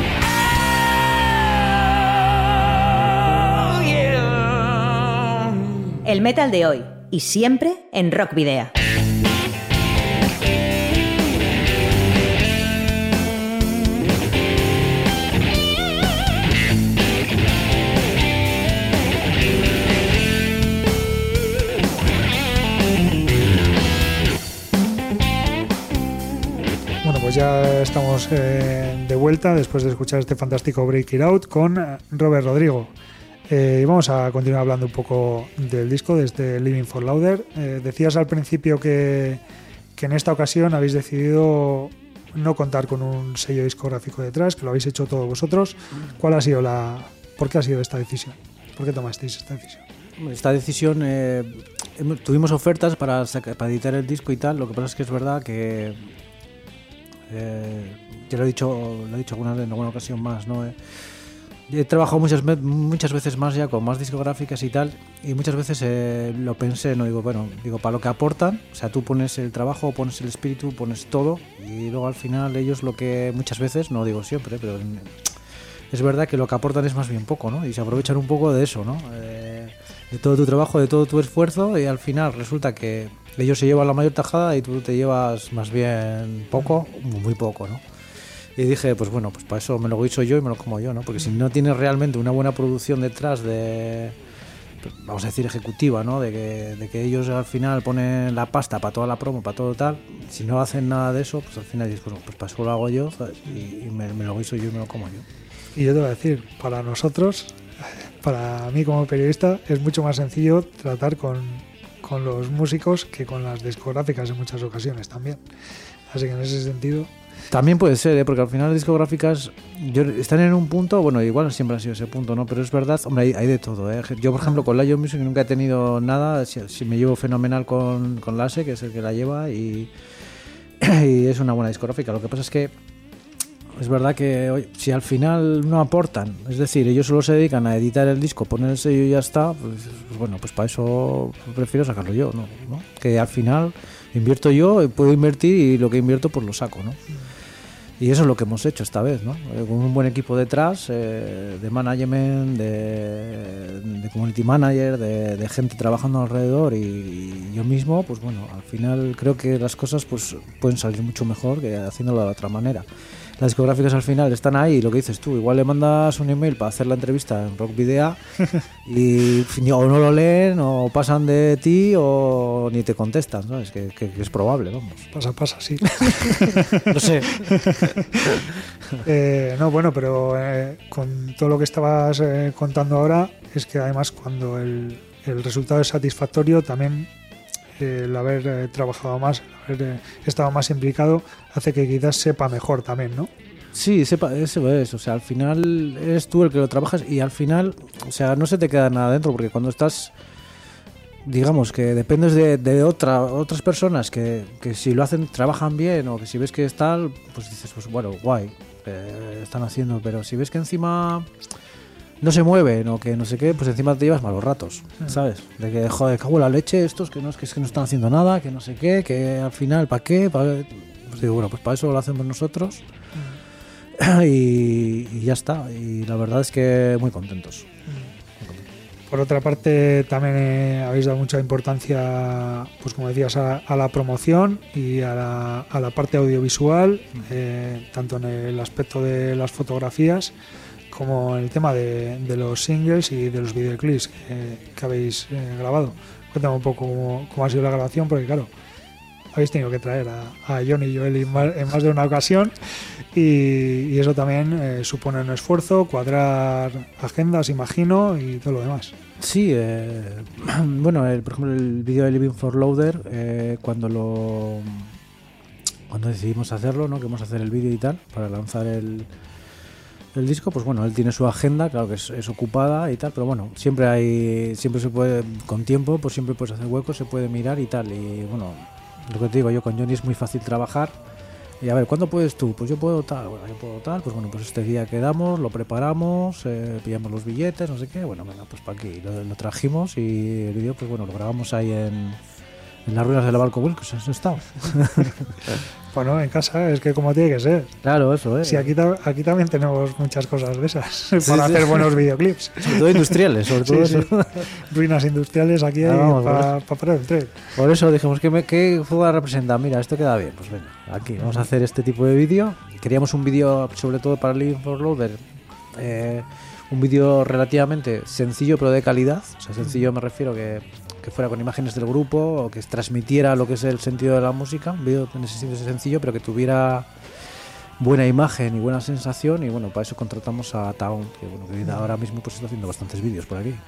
out, yeah. El metal de hoy y siempre en Rock Video. Bueno, pues ya estamos eh, de vuelta después de escuchar este fantástico Break It Out con eh, Robert Rodrigo. Eh, y vamos a continuar hablando un poco del disco, de este Living for Louder. Eh, decías al principio que, que en esta ocasión habéis decidido no contar con un sello discográfico detrás, que lo habéis hecho todos vosotros. ¿Cuál ha sido la, ¿Por qué ha sido esta decisión? ¿Por qué tomasteis esta decisión? Esta decisión, eh, tuvimos ofertas para, sacar, para editar el disco y tal. Lo que pasa es que es verdad que eh, ya lo he dicho, lo he dicho alguna, en alguna ocasión más, ¿no? Eh, he trabajado muchas, muchas veces más ya con más discográficas y tal, y muchas veces eh, lo pensé, no digo, bueno, digo, para lo que aportan, o sea, tú pones el trabajo, pones el espíritu, pones todo, y luego al final ellos lo que muchas veces, no digo siempre, pero es verdad que lo que aportan es más bien poco, ¿no? Y se aprovechan un poco de eso, ¿no? Eh, de todo tu trabajo, de todo tu esfuerzo, y al final resulta que ellos se llevan la mayor tajada y tú te llevas más bien poco, muy poco, ¿no? Y dije, pues bueno, pues para eso me lo guiso yo y me lo como yo, ¿no? Porque si no tienes realmente una buena producción detrás de, vamos a decir, ejecutiva, ¿no? De que, de que ellos al final ponen la pasta para toda la promo, para todo tal, si no hacen nada de eso, pues al final dices, pues, pues para eso lo hago yo, ¿sabes? Y, y me, me lo guiso yo y me lo como yo. Y yo te voy a decir, para nosotros, para mí como periodista, es mucho más sencillo tratar con, con los músicos que con las discográficas en muchas ocasiones también. Así que en ese sentido... También puede ser, ¿eh? Porque al final las discográficas yo, están en un punto, bueno, igual siempre ha sido ese punto, ¿no? Pero es verdad, hombre, hay, hay de todo, ¿eh? Yo, por ejemplo, con Lion Music nunca he tenido nada, si, si me llevo fenomenal con, con Lase, que es el que la lleva, y, y es una buena discográfica. Lo que pasa es que es verdad que oye, si al final no aportan, es decir, ellos solo se dedican a editar el disco, poner el sello y ya está, pues, pues bueno, pues para eso prefiero sacarlo yo, ¿no? ¿no? Que al final invierto yo, puedo invertir y lo que invierto pues lo saco, ¿no? Y eso es lo que hemos hecho esta vez, ¿no? Eh, con un buen equipo detrás, eh, de management, de, de community manager, de, de gente trabajando alrededor y, y yo mismo, pues bueno, al final creo que las cosas pues pueden salir mucho mejor que haciéndolo de otra manera. Las discográficas al final están ahí y lo que dices tú, igual le mandas un email para hacer la entrevista en Rock Video y o no lo leen o pasan de ti o ni te contestan, ¿sabes? Que, que, que es probable, vamos. Pasa, pasa, sí. No sé. eh, no, bueno, pero eh, con todo lo que estabas eh, contando ahora, es que además cuando el, el resultado es satisfactorio, también eh, el haber eh, trabajado más, el haber eh, estado más implicado, hace que quizás sepa mejor también, ¿no? Sí, sepa, eso es, o sea, al final eres tú el que lo trabajas y al final, o sea, no se te queda nada dentro, porque cuando estás, digamos que dependes de, de otra, otras personas que, que si lo hacen, trabajan bien o que si ves que es tal, pues dices, pues bueno, guay, eh, están haciendo, pero si ves que encima no se mueven o que no sé qué, pues encima te llevas malos ratos, ¿sabes? De que, joder, cago en la leche, estos que no, es que, es que no están haciendo nada, que no sé qué, que al final, ¿para qué? ¿Para qué? Pues digo, bueno, pues para eso lo hacemos nosotros. Y, y ya está, y la verdad es que muy contentos. Por otra parte, también eh, habéis dado mucha importancia, pues como decías, a, a la promoción y a la, a la parte audiovisual, eh, tanto en el aspecto de las fotografías como en el tema de, de los singles y de los videoclips que, que habéis eh, grabado. Cuéntame un poco cómo, cómo ha sido la grabación, porque claro, habéis tenido que traer a, a Johnny y Joel en más, en más de una ocasión y, y eso también eh, supone un esfuerzo, cuadrar agendas, imagino, y todo lo demás. Sí, eh, bueno, el, por ejemplo, el vídeo de Living for Loader, eh, cuando lo cuando decidimos hacerlo, ¿no? Que vamos a hacer el vídeo y tal, para lanzar el, el disco, pues bueno, él tiene su agenda, claro que es, es ocupada y tal, pero bueno, siempre hay, siempre se puede, con tiempo, pues siempre puedes hacer huecos, se puede mirar y tal, y bueno, lo que te digo yo, con Johnny es muy fácil trabajar. Y a ver, ¿cuándo puedes tú? Pues yo puedo tal, bueno, yo puedo tal, pues bueno, pues este día quedamos, lo preparamos, eh, pillamos los billetes, no sé qué, bueno, venga, pues para aquí, lo, lo trajimos y el vídeo, pues bueno, lo grabamos ahí en, en las ruinas de la Barco Wilkes, eso está. Bueno, en casa es que como tiene que ser. Claro, eso, ¿eh? Sí, aquí, ta- aquí también tenemos muchas cosas de esas Sí, para sí. hacer buenos videoclips. Sobre todo industriales, sobre todo Sí, eso. sí. Ruinas industriales aquí Ah, vamos, para pa parar el tren. Por eso dijimos, ¿qué, me, qué fútbol representa? Mira, esto queda bien, pues venga, aquí vamos a hacer este tipo de vídeo. Queríamos un vídeo sobre todo para Living for Loader, eh, un vídeo relativamente sencillo pero de calidad, o sea, sencillo me refiero que, que fuera con imágenes del grupo o que transmitiera lo que es el sentido de la música, un vídeo en ese sentido sencillo pero que tuviera buena imagen y buena sensación y bueno, para eso contratamos a Town, que bueno, que ahora mismo pues está haciendo bastantes vídeos por aquí.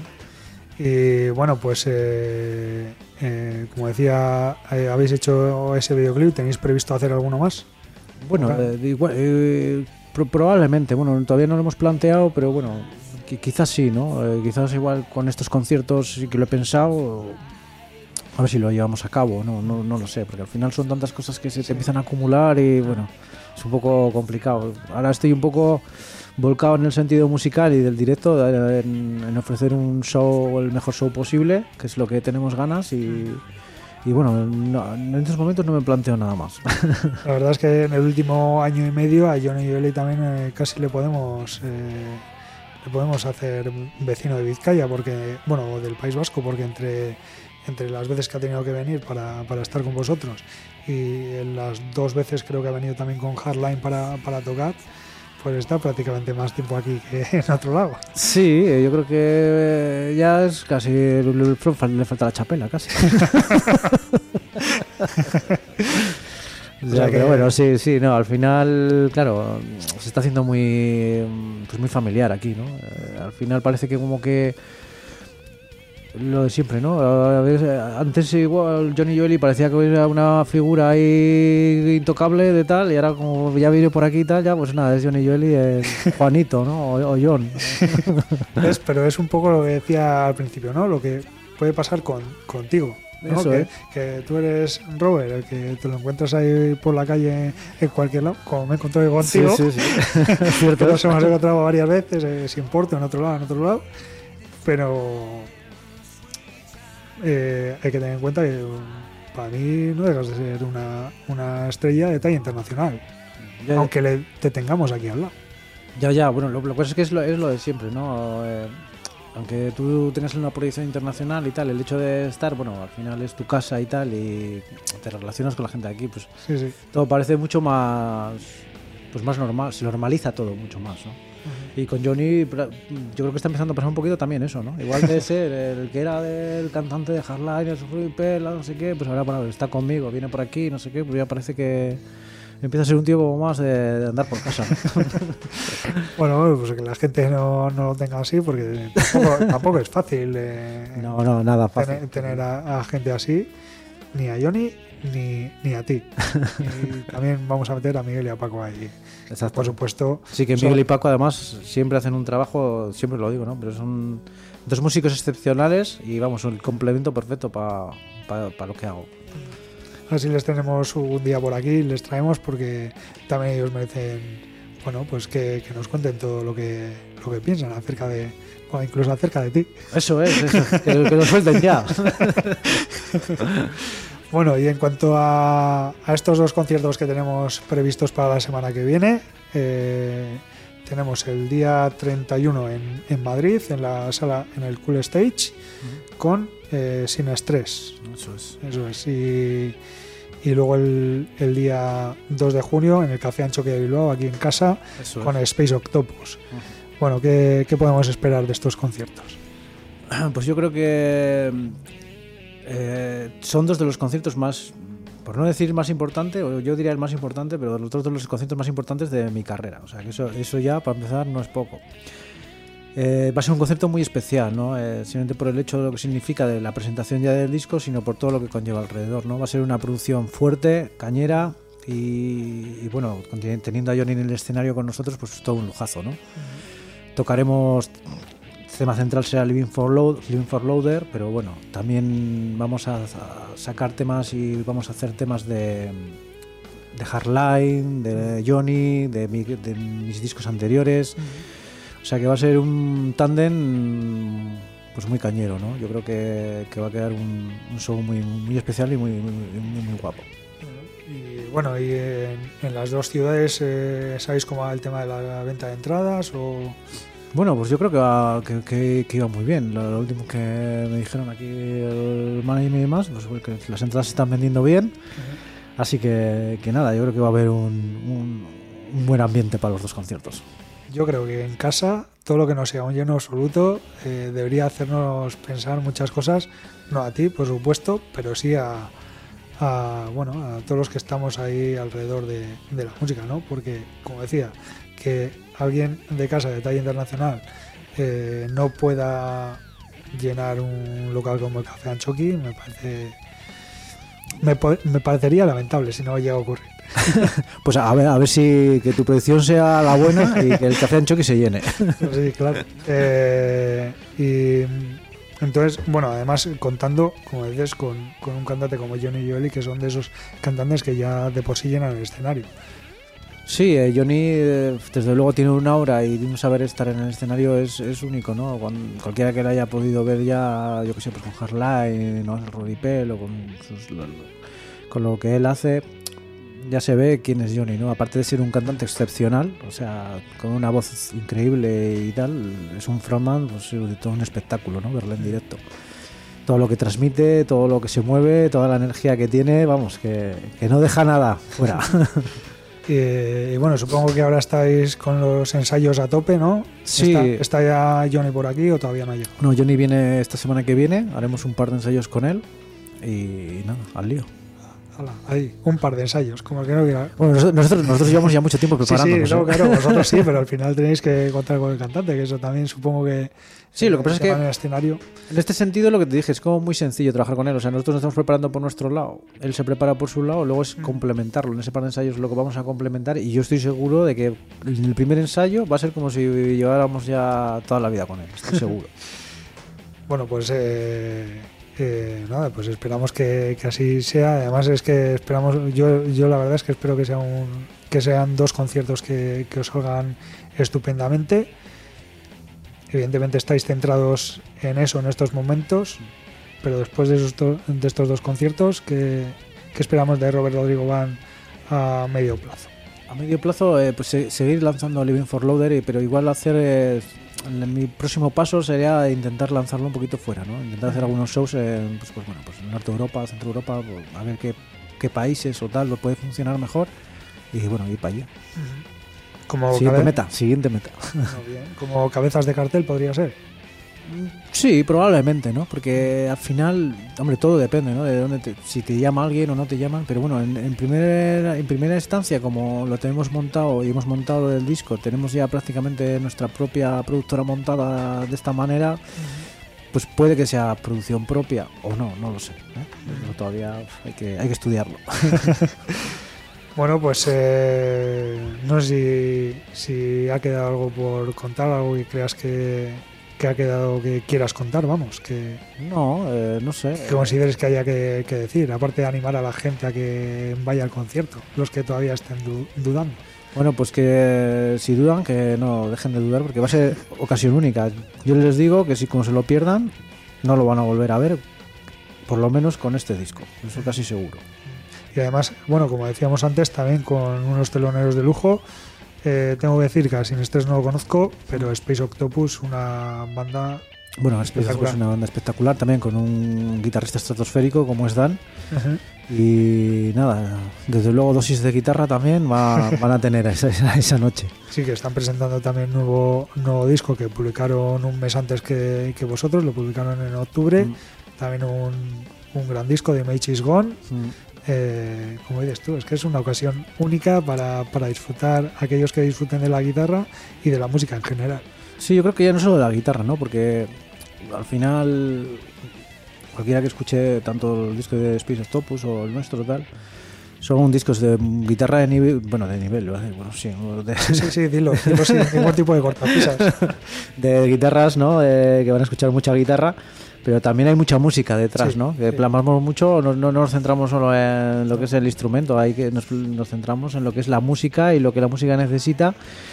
Y bueno, pues eh, eh, como decía, eh, habéis hecho ese videoclip, ¿tenéis previsto hacer alguno más? Bueno, Claro. eh, igual, eh, pro- probablemente, bueno, todavía no lo hemos planteado, pero bueno, qui- quizás sí, ¿no? Eh, quizás igual con estos conciertos sí que lo he pensado, a ver si lo llevamos a cabo, no, no, no lo sé, porque al final son tantas cosas que se te empiezan a acumular y bueno, es un poco complicado. Ahora estoy un poco volcado en el sentido musical y del directo, eh, en, en ofrecer un show, el mejor show posible, que es lo que tenemos ganas y... Y bueno, no, en estos momentos no me planteo nada más. La verdad es que en el último año y medio a Johnny y Joel también eh, casi le podemos eh, le podemos hacer vecino de Vizcaya, porque bueno, o del País Vasco, porque entre entre las veces que ha tenido que venir para, para estar con vosotros y en las dos veces creo que ha venido también con Hardline para, para tocar, pues está prácticamente más tiempo aquí que en otro lado. Sí, eh, yo creo que ya es casi. Le, le falta la chapela, casi. O sea Ya, que- pero bueno, sí, sí, no, al final, claro, se está haciendo muy, pues muy familiar aquí, ¿no? Eh, al final parece que como que lo de siempre, ¿no? A ver, antes igual Johnny Joely parecía que era una figura ahí intocable de tal, y ahora como ya viene por aquí y tal, ya pues nada, es Johnny Joely, es Juanito, ¿no? O, o John. Es, pero es un poco lo que decía al principio, ¿no? Lo que puede pasar con, contigo. ¿no? Eso que, es. que tú eres Robert, el que te lo encuentras ahí por la calle en cualquier lado, como me he encontrado contigo. Sí, sí, sí. Es cierto. Pero nos hemos encontrado varias veces, eh, sin porte, en otro lado, en otro lado. Pero eh, hay que tener en cuenta que um, para mí no dejas de ser una, una estrella de talla internacional, Ya, aunque le, te tengamos aquí al lado. ya, ya, bueno, lo, lo que pasa es que es lo, es lo de siempre, ¿no? Eh, aunque tú tengas una proyección internacional y tal, el hecho de estar, bueno, al final es tu casa y tal, y te relacionas con la gente de aquí, pues Sí, sí. todo parece mucho más, pues más normal, se normaliza todo mucho más, ¿no? Y con Johnny, yo creo que está empezando a pasar un poquito también eso, ¿no? Igual de ser el que era el cantante de Hardliners, Pela, no sé qué, pues ahora bueno, está conmigo, viene por aquí, no sé qué, pues ya parece que empieza a ser un tío como más de, de andar por casa, ¿no? Bueno, pues que la gente no, no lo tenga así, porque tampoco, tampoco es fácil eh, No, no, nada fácil. tener, tener a, a gente así, ni a Johnny ni, ni a ti. Y también vamos a meter a Miguel y a Paco ahí. Exacto. Por supuesto. Sí, que son- Miguel y Paco además siempre hacen un trabajo, siempre lo digo, ¿no? Pero son dos músicos excepcionales y vamos, el complemento perfecto para pa, pa lo que hago. Así les tenemos un día por aquí, les traemos porque también ellos merecen, bueno, pues que, que nos cuenten todo lo que, lo que piensan acerca de, o incluso acerca de ti. Eso es, eso, que, que lo suelten ya. Bueno, y en cuanto a, a estos dos conciertos que tenemos previstos para la semana que viene, eh, tenemos el día treinta y uno en, en Madrid, en la sala, en el Cool Stage, con eh, Sin Estrés. Eso es. Eso es. Y, y luego el, el día dos de junio en el Café Anchoqui de Bilbao, aquí en casa, Eso con es. Space Octopus. Bueno, ¿qué, qué podemos esperar de estos conciertos? Pues yo creo que eh, son dos de los conciertos más, por no decir más importante, o yo diría el más importante, pero los dos de los conciertos más importantes de mi carrera. O sea, que eso, eso ya, para empezar, no es poco. Eh, va a ser un concierto muy especial, ¿no? Eh, simplemente por el hecho de lo que significa de la presentación ya del disco, sino por todo lo que conlleva alrededor, ¿no? Va a ser una producción fuerte, cañera y, y bueno, teniendo a Johnny en el escenario con nosotros, pues es todo un lujazo, ¿no? Tocaremos, el tema central será Living for, Load, Living for Loader, pero bueno, también vamos a, a sacar temas y vamos a hacer temas de, de Hardline, de Johnny, de, mi, de mis discos anteriores. O sea que va a ser un tándem pues muy cañero, ¿no? Yo creo que, que va a quedar un, un show muy, muy especial y muy, muy, muy, muy guapo. Y bueno, y en, en las dos ciudades, eh, ¿sabéis cómo va el tema de la venta de entradas? O... Bueno, pues yo creo que, va, que, que, que iba muy bien. Lo, lo último que me dijeron aquí el manager y demás, pues fue que las entradas se están vendiendo bien. Uh-huh. Así que, que nada, yo creo que va a haber un, un, un buen ambiente para los dos conciertos. Yo creo que en casa todo lo que no sea un lleno absoluto eh, debería hacernos pensar muchas cosas, no a ti, por supuesto, pero sí a, a, bueno, a todos los que estamos ahí alrededor de, de la música, ¿no? Porque, como decía, que alguien de casa de talla internacional eh, no pueda llenar un local como el Café Anchoqui, me parece me, me parecería lamentable si no llega a ocurrir. Pues a ver, a ver si que tu predicción sea la buena y que el Café Anchoqui se llene. Sí, claro. Eh, y entonces, bueno, además contando, como dices, con, con un cantante como Johnny Joely, que son de esos cantantes que ya de por sí llenan el escenario. Sí, eh, Johnny eh, desde luego tiene una aura y un saber estar en el escenario es, es único, ¿no? Cuando, cualquiera que lo haya podido ver ya, yo que sé, pues con Hardline, ¿no? El Roddy Pell o con, sus, lo, con lo que él hace, ya se ve quién es Johnny, ¿no? Aparte de ser un cantante excepcional, o sea, con una voz increíble y tal, es un frontman, pues de todo un espectáculo, ¿no? Verlo en directo. Todo lo que transmite, todo lo que se mueve, toda la energía que tiene, vamos, que, que no deja nada fuera. Y, y bueno, supongo que ahora estáis con los ensayos a tope, ¿no? Sí. ¿Está, está ya Johnny por aquí o todavía no llega? No, Johnny viene esta semana que viene, haremos un par de ensayos con él y nada, al lío. Hala, ahí, un par de ensayos, como el que no quiera. Bueno, nosotros, nosotros, nosotros llevamos ya mucho tiempo Sí, preparándonos. sí, no, ¿eh? claro, vosotros sí, pero al final tenéis que contar con el cantante, que eso también supongo que... Sí, lo que pasa es que en el escenario. en este sentido lo que te dije es como muy sencillo trabajar con él. O sea, nosotros nos estamos preparando por nuestro lado, él se prepara por su lado, luego es complementarlo. En ese par de ensayos es lo que vamos a complementar y yo estoy seguro de que en el primer ensayo va a ser como si lleváramos ya toda la vida con él, estoy seguro. Bueno, pues eh, eh, nada, pues esperamos que, que así sea. Además es que esperamos, yo, yo la verdad es que espero que sea un, que sean dos conciertos que, que os salgan estupendamente. Evidentemente estáis centrados en eso en estos momentos, pero después de, esos to- de estos dos conciertos, ¿qué, qué esperamos de Robert Rodrigo Band a medio plazo? A medio plazo, eh, pues se- seguir lanzando Living for Loader, y- pero igual hacer... Eh, en mi próximo paso sería intentar lanzarlo un poquito fuera, ¿no? Intentar hacer algunos shows en, pues, pues, bueno, pues en Norte Europa, Centro Europa, pues, a ver qué, qué países o tal lo puede funcionar mejor y bueno, ir para allá. Como, Siguiente cabe- meta, siguiente meta. Muy bien. Como cabezas de cartel podría ser. Sí, probablemente, ¿no? Porque al final, hombre, todo depende, ¿no? De dónde te- si te llama alguien o no te llaman, pero bueno, en, en, primera, en primera instancia, como lo tenemos montado y hemos montado el disco, tenemos ya prácticamente nuestra propia productora montada de esta manera, pues puede que sea producción propia o no, no lo sé, ¿eh? Pero todavía hay que, hay que estudiarlo. Bueno, pues eh, no sé si, si ha quedado algo por contar, algo que creas que, que ha quedado que quieras contar, vamos, que, No, eh, no sé. que consideres que haya que, que decir, aparte de animar a la gente a que vaya al concierto, los que todavía estén du- dudando. Bueno, pues que si dudan, que no dejen de dudar, porque va a ser ocasión única. Yo les digo que si como se lo pierdan, no lo van a volver a ver, por lo menos con este disco, eso casi seguro. Y además, bueno, como decíamos antes, también con unos teloneros de lujo. Eh, tengo que decir que a Sin Estrés no lo conozco, pero Space Octopus, una banda... Bueno, Space Octopus es una banda espectacular también, con un guitarrista estratosférico como es Dan. Uh-huh. Y nada, desde luego dosis de guitarra también va, van a tener esa, esa, esa noche. Sí, que están presentando también nuevo nuevo disco que publicaron un mes antes que, que vosotros, lo publicaron en octubre. Mm. También un, un gran disco de Mage Is Gone. Mm. Eh, como dices tú, es que es una ocasión única para, para disfrutar, aquellos que disfruten de la guitarra y de la música en general. Sí, yo creo que ya no solo de la guitarra, ¿no? Porque al final cualquiera que escuche tanto el disco de Space Octopus o el nuestro tal, son discos de guitarra de nivel, bueno, de nivel, ¿lo hace? Bueno, sí, de, Sí, sí, dilo, dilo sin ningún tipo de cortapisas. de guitarras, ¿no? Eh, que van a escuchar mucha guitarra, pero también hay mucha música detrás, Sí, ¿no? Que sí. plasmamos mucho, no, no nos centramos solo en lo que es el instrumento, hay que nos, nos centramos en lo que es la música y lo que la música necesita.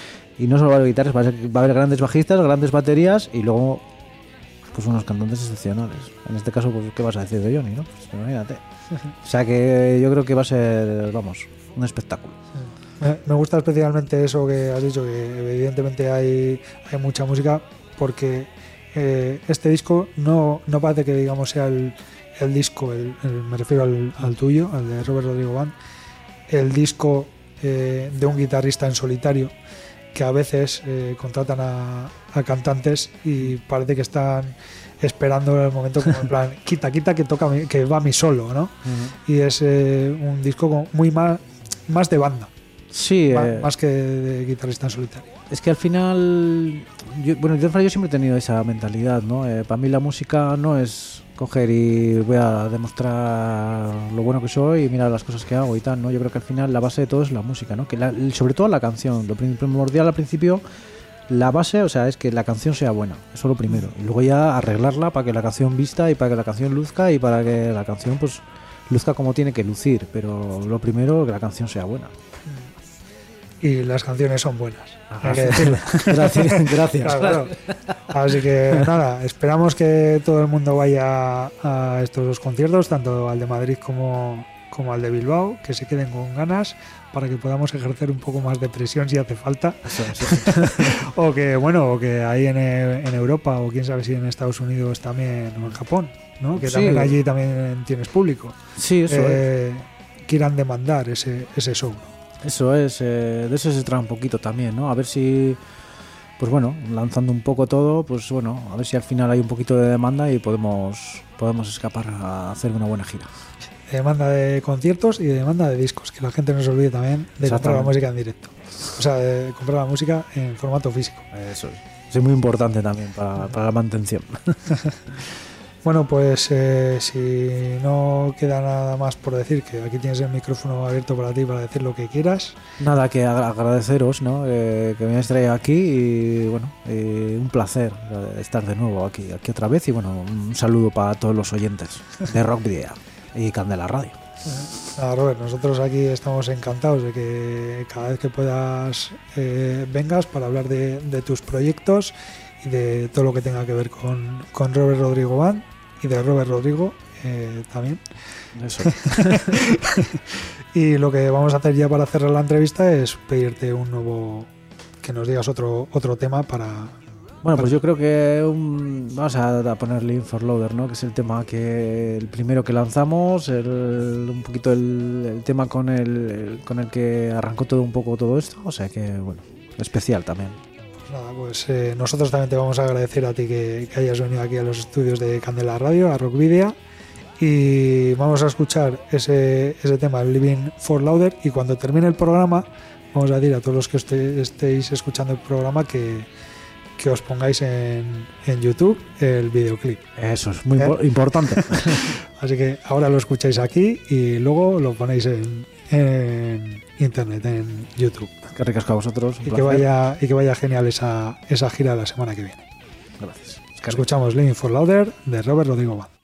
Y no solo va a haber guitarras, va a, ser- va a haber grandes bajistas, grandes baterías y luego pues unos cantantes excepcionales. En este caso, pues ¿qué vas a decir de Johnny, no? Pues imagínate. O sea que yo creo que va a ser, vamos, un espectáculo. Me, me gusta especialmente eso que has dicho, que evidentemente hay, hay mucha música, porque eh, este disco no, no parece que digamos sea el, el disco, el, el- me refiero al, al tuyo, al de Robert Rodrigo Band, el disco eh, de un guitarrista en solitario, que a veces eh, contratan a, a cantantes y parece que están esperando el momento como en plan, quita, quita que toca mi- que va mi solo, ¿no? Y es eh, un disco como muy más, más de banda. Sí, Má- eh, más que de guitarrista en solitario. es que al final, yo, bueno, yo, yo siempre he tenido esa mentalidad, ¿no? Eh, para mí la música no es coger y voy a demostrar lo bueno que soy y mirar las cosas que hago y tal, ¿no? Yo creo que al final la base de todo es la música, ¿no? Que la- sobre todo la canción, lo prim- primordial al principio, la base, o sea, es que la canción sea buena, eso es lo primero. Y luego ya arreglarla para que la canción vista y para que la canción luzca y para que la canción, pues, luzca como tiene que lucir, pero lo primero, que la canción sea buena. Y las canciones son buenas, Ajá. hay que decirlo. Gracias, gracias. Claro, claro. Así que nada, esperamos que todo el mundo vaya a estos dos conciertos, tanto al de Madrid como, como al de Bilbao, que se queden con ganas para que podamos ejercer un poco más de presión si hace falta. Eso, eso. O que bueno, o que ahí en, en Europa, o quién sabe si en Estados Unidos también, o en Japón, ¿no? Que Sí. también allí también tienes público. Sí, eso es. Eh, quieran demandar ese, ese show. Eso es, eh, de eso se trata un poquito también, ¿no? A ver si, pues bueno, lanzando un poco todo, pues bueno, a ver si al final hay un poquito de demanda y podemos, podemos escapar a hacer una buena gira. de demanda de conciertos y de demanda de discos, que la gente no se olvide también de comprar la música en directo. O sea, de comprar la música en formato físico. Eso es, es muy importante también para, para la mantención. Bueno, pues eh, si no queda nada más por decir, que aquí tienes el micrófono abierto para ti para decir lo que quieras. Nada, que agradeceros, ¿no? Eh, que me hayáis traído aquí y bueno, eh, un placer estar de nuevo aquí, aquí otra vez y bueno, un saludo para todos los oyentes de Rock Video y Candela Radio. Nada, Robert, nosotros aquí estamos encantados de que cada vez que puedas eh, vengas para hablar de, de tus proyectos y de todo lo que tenga que ver con, con Robert Rodrigo Band y de Robert Rodrigo eh, también. Eso. Y lo que vamos a hacer ya para cerrar la entrevista es pedirte un nuevo, que nos digas otro otro tema para... Bueno, pues yo creo que un, vamos a, a poner Living for Loader, ¿no? Que es el tema que el primero que lanzamos, el, un poquito el, el tema con el, el con el que arrancó todo un poco todo esto, o sea que bueno, especial también. Pues nada, pues eh, nosotros también te vamos a agradecer a ti que, que hayas venido aquí a los estudios de Candela Radio, a Rock Video, y vamos a escuchar ese, ese tema, Living for Loader, y cuando termine el programa vamos a decir a todos los que este, estéis escuchando el programa que que os pongáis en, en YouTube el videoclip. Eso es muy ¿Eh? importante. Así que ahora lo escucháis aquí y luego lo ponéis en, en internet, en YouTube. Qué ricasco a vosotros. Y que, vaya, y que vaya genial esa, esa gira la semana que viene. Gracias. Que escuchamos Living for Loader de Robert Rodrigo Band.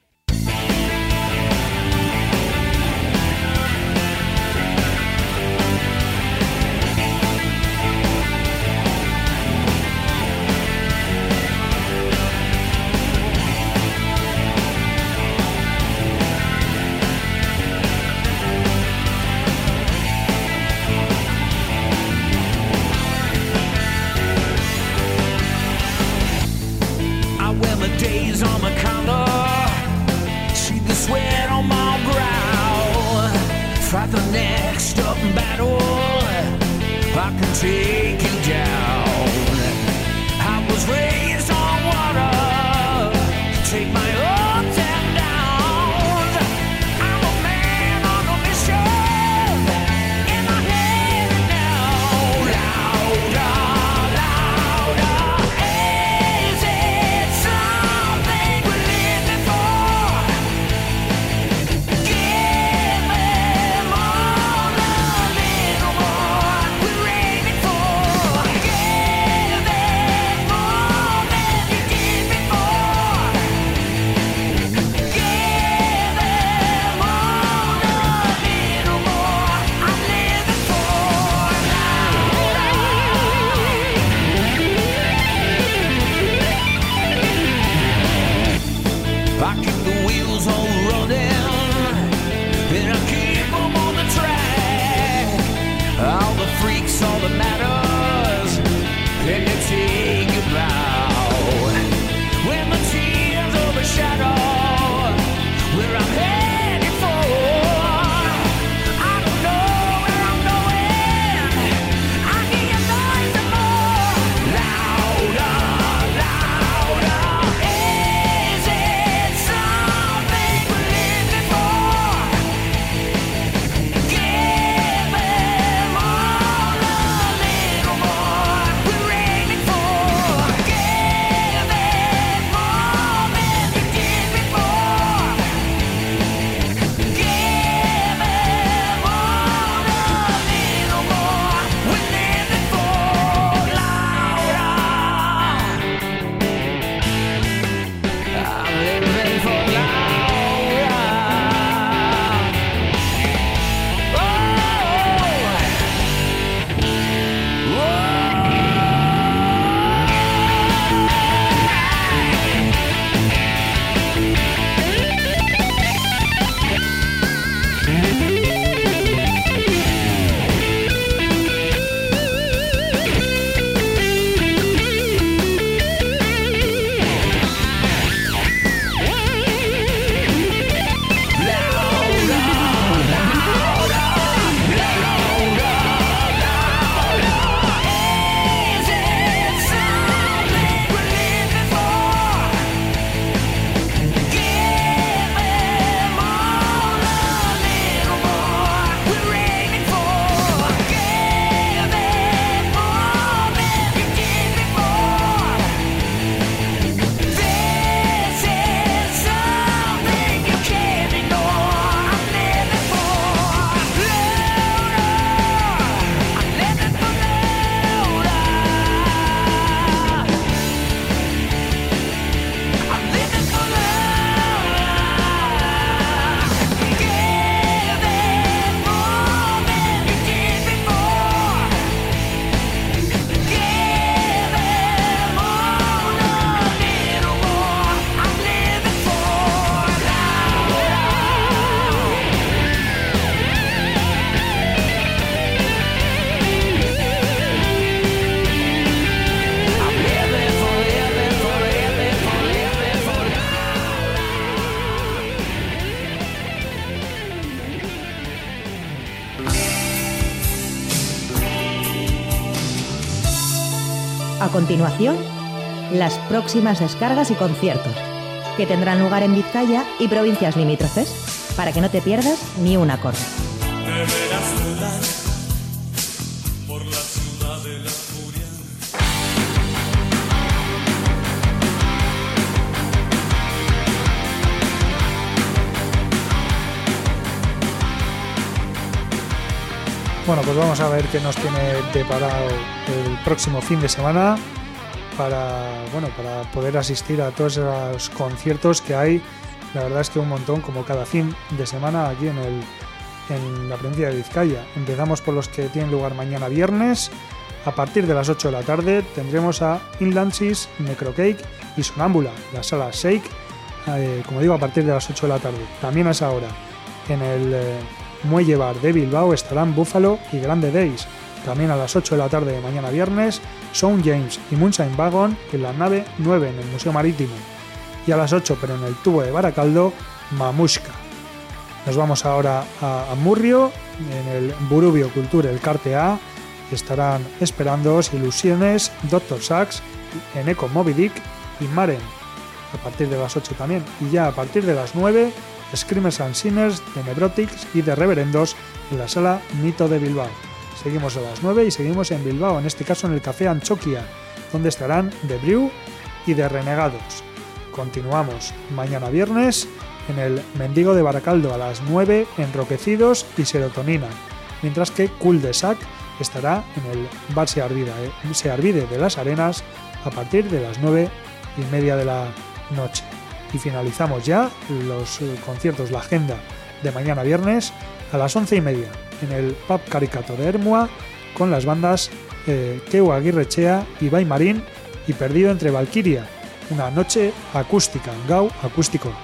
A continuación, las próximas descargas y conciertos, que tendrán lugar en Vizcaya y provincias limítrofes, para que no te pierdas ni un acorde. Por la ciudad de la furia. Bueno, pues vamos a ver qué nos tiene deparado el próximo fin de semana para, bueno, para poder asistir a todos los conciertos que hay. La verdad es que un montón, como cada fin de semana aquí en, el, en la provincia de Vizcaya. Empezamos por los que tienen lugar mañana viernes. A partir de las ocho de la tarde tendremos a Inlandsis, Necrocake y Sonámbula, la sala Shake, eh, como digo, a partir de las ocho de la tarde. También a esa hora, en el eh, Muelle Bar de Bilbao, estarán Buffalo y Grande Days. También a las ocho de la tarde de mañana viernes, Sound James y Moonshine Wagon en la nave nueve en el Museo Marítimo. Y a las ocho, pero en el tubo de Baracaldo, Mamushka. Nos vamos ahora a, a Murrio, en el Burubio Culture, el Carte A. Estarán esperándoos Ilusiones, Doctor Sax, Eneco Moby Dick y Maren. A partir de las ocho también. Y ya a partir de las nueve, Screamers and Sinners, de Nebrotics y de Reverendos en la sala Mito de Bilbao. Seguimos a las nueve y seguimos en Bilbao, en este caso en el Café Anchoquia, donde estarán The Brew y The Renegados. Continuamos mañana viernes en el Mendigo de Baracaldo a las nueve, Enroquecidos y Serotonina, mientras que Cul de Sac estará en el Bar Searvide, eh, Searvide de las Arenas a partir de las nueve y media de la noche. Y finalizamos ya los eh, conciertos, la agenda de mañana viernes a las once y media en el Pub Caricato de Ermua con las bandas eh, Keu Aguirrechea y Bai Marín y Perdido entre Valquiria, una noche acústica, gau acústico.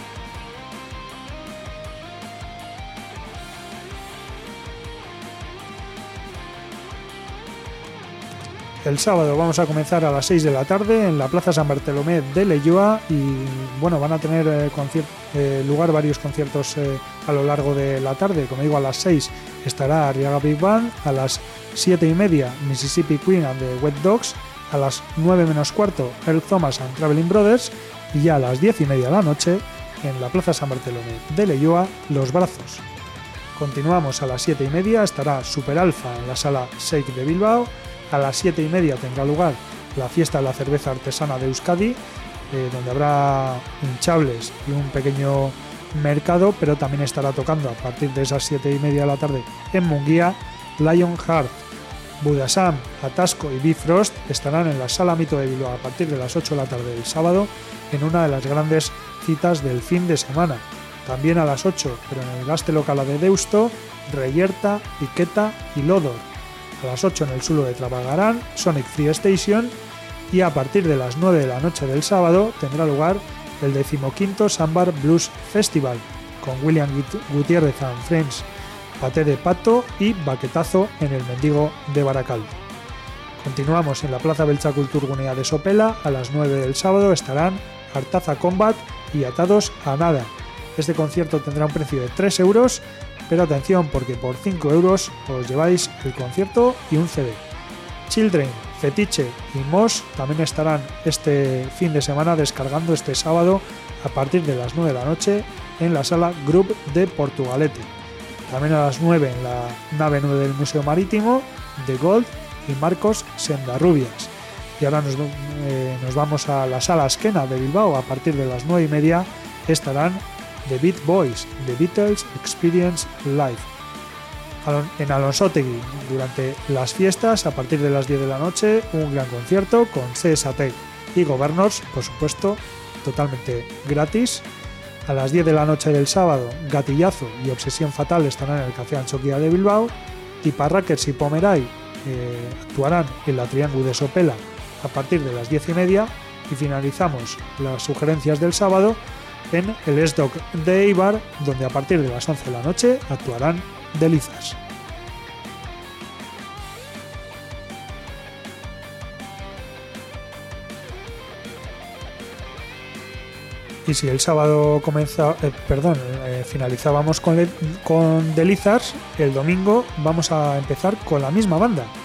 El sábado vamos a comenzar a las seis de la tarde en la Plaza San Bartolomé de Leioa y bueno, van a tener eh, concier- eh, lugar varios conciertos eh, a lo largo de la tarde. Como digo, a las seis estará Arriaga Big Band, a las siete y media Mississippi Queen and the Wet Dogs, a las nueve menos cuarto Earl Thomas and Traveling Brothers y ya a las diez y media de la noche en la Plaza San Bartolomé de Leioa, Los Brazos. Continuamos a las siete y media, estará Super Alfa en la sala Shake de Bilbao. A las siete y media tendrá lugar la fiesta de la cerveza artesana de Euskadi, eh, donde habrá hinchables y un pequeño mercado, pero también estará tocando a partir de esas siete y media de la tarde en Munguía Lionheart. Budasam, Atasco y Bifrost estarán en la Sala Mito de Bilbao a partir de las ocho de la tarde del sábado en una de las grandes citas del fin de semana. También a las ocho, pero en el Gaste Local de Deusto, Reyerta, Piqueta y Lodor. A las ocho en el Sulo de Trabagarán, Sonic Free Station, y a partir de las nueve de la noche del sábado tendrá lugar el decimoquinto Sambar Blues Festival con William Gutiérrez and Friends, Paté de Pato y Baquetazo en el Mendigo de Baracaldo. Continuamos en la Plaza Beltza Kulturgunea de Sopela. A las nueve del sábado estarán Artaza Combat y Atados a Nada. Este concierto tendrá un precio de tres euros, pero atención porque por cinco euros os lleváis el concierto y un C D. Children, Fetiche y Moss también estarán este fin de semana descargando este sábado a partir de las nueve de la noche en la sala Group de Portugalete. También a las nueve en la nave nueve del Museo Marítimo, The Gold y Marcos Sendarrubias. Y ahora nos, eh, nos vamos a la sala Esquena de Bilbao. A partir de las nueve y media estarán The Beat Boys, The Beatles Experience Live. En Alonsotegui, durante las fiestas, a partir de las diez de la noche, un gran concierto con C S A T y Governors, por supuesto, totalmente gratis. A las diez de la noche del sábado, Gatillazo y Obsesión Fatal estarán en el Café Anchoquia de Bilbao y Parrackers y Pomeray eh, actuarán en la Triángulo de Sopela a partir de las diez y media y finalizamos las sugerencias del sábado en el S-Doc de Eibar, donde a partir de las once de la noche actuarán Delizas. Y si el sábado comenzaba, eh, perdón, eh, finalizábamos con, le, con Delizas, el domingo vamos a empezar con la misma banda.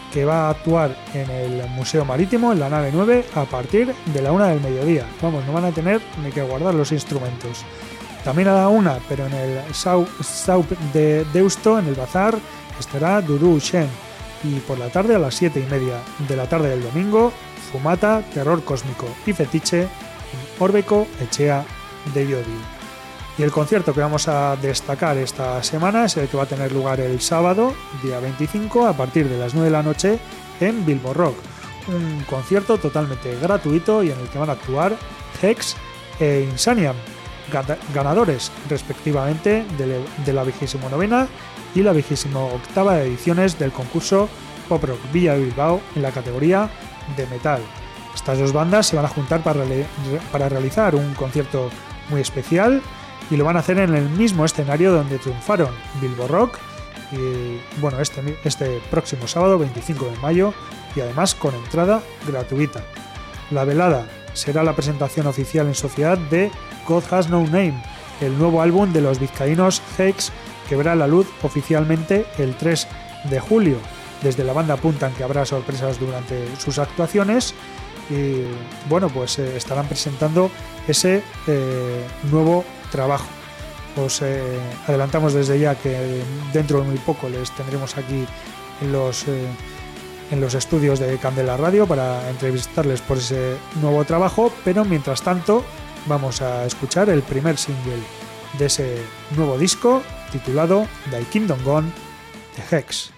que va a actuar en el Museo Marítimo, en la nave nueve, a partir de la una del mediodía. Vamos, no van a tener ni que guardar los instrumentos. También a la una, pero en el South de Deusto, en el Bazar, estará Dudu Shen. Y por la tarde, a las siete y media de la tarde del domingo, Fumata, Terror Cósmico y Fetiche, en Orbeco Echea de Llodio. Y el concierto que vamos a destacar esta semana es el que va a tener lugar el sábado, día veinticinco, a partir de las nueve de la noche en Bilbo Rock. Un concierto totalmente gratuito y en el que van a actuar Hex e Insaniam, ganadores respectivamente de, de la vigésimo novena y la vigésimo octava ediciones del concurso Pop Rock Villa de Bilbao en la categoría de metal. Estas dos bandas se van a juntar para, para realizar un concierto muy especial y lo van a hacer en el mismo escenario donde triunfaron, Bilbo Rock, y bueno, este, este próximo sábado veinticinco de mayo, y además con entrada gratuita. La velada será la presentación oficial en sociedad de God Has No Name, el nuevo álbum de los vizcaínos Hex, que verá la luz oficialmente el tres de julio. Desde la banda apuntan que habrá sorpresas durante sus actuaciones y bueno, pues eh, estarán presentando ese eh, nuevo trabajo. Os eh, adelantamos desde ya que dentro de muy poco les tendremos aquí en los, eh, en los estudios de Candela Radio para entrevistarles por ese nuevo trabajo, pero mientras tanto vamos a escuchar el primer single de ese nuevo disco titulado Thy Kingdom Gone de Hex.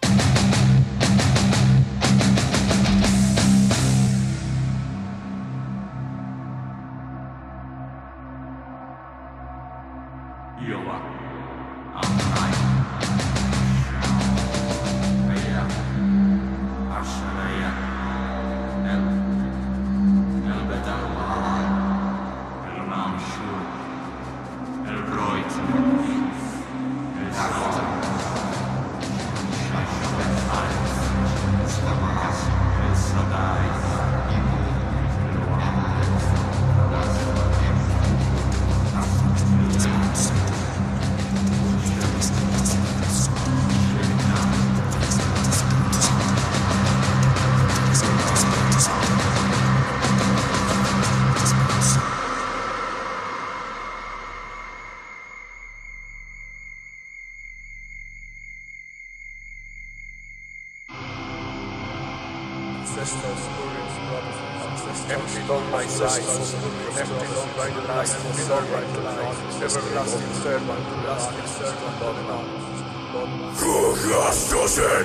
Empty on my side, empty on my last servant life, everlasting servant, lasting servant of now. Who has chosen?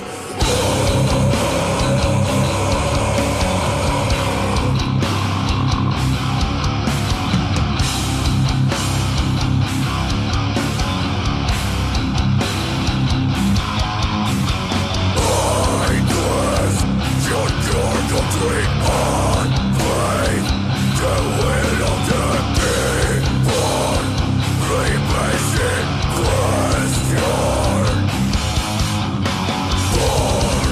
Question.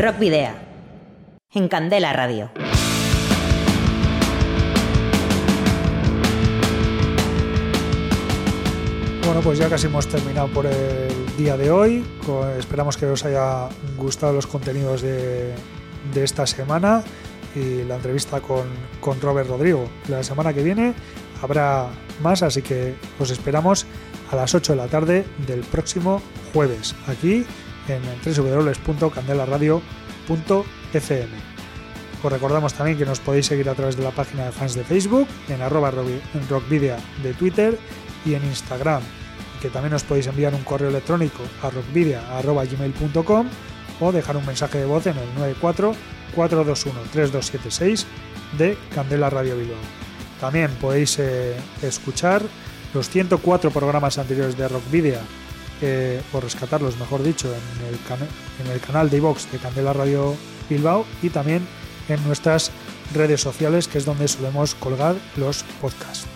Rock Video, en Candela Radio. Bueno, pues ya casi hemos terminado por el día de hoy. Esperamos que os haya gustado los contenidos de, de esta semana y la entrevista con, con Robert Rodrigo. La semana que viene habrá más, así que os esperamos a las ocho de la tarde del próximo jueves, aquí en doble u doble u doble u punto candela radio punto efe eme. Os recordamos también que nos podéis seguir a través de la página de fans de Facebook, en arroba rockvidia de Twitter y en Instagram, y que también os podéis enviar un correo electrónico a rockvidia arroba gmail punto com o dejar un mensaje de voz en el nueve cuatro cuatro dos uno tres dos siete seis de Candela Radio Bilbao. También podéis eh, escuchar los ciento cuatro programas anteriores de Rockvidia, eh, o rescatarlos, mejor dicho, en el, can- en el canal de iVoox de Candela Radio Bilbao y también en nuestras redes sociales, que es donde solemos colgar los podcasts.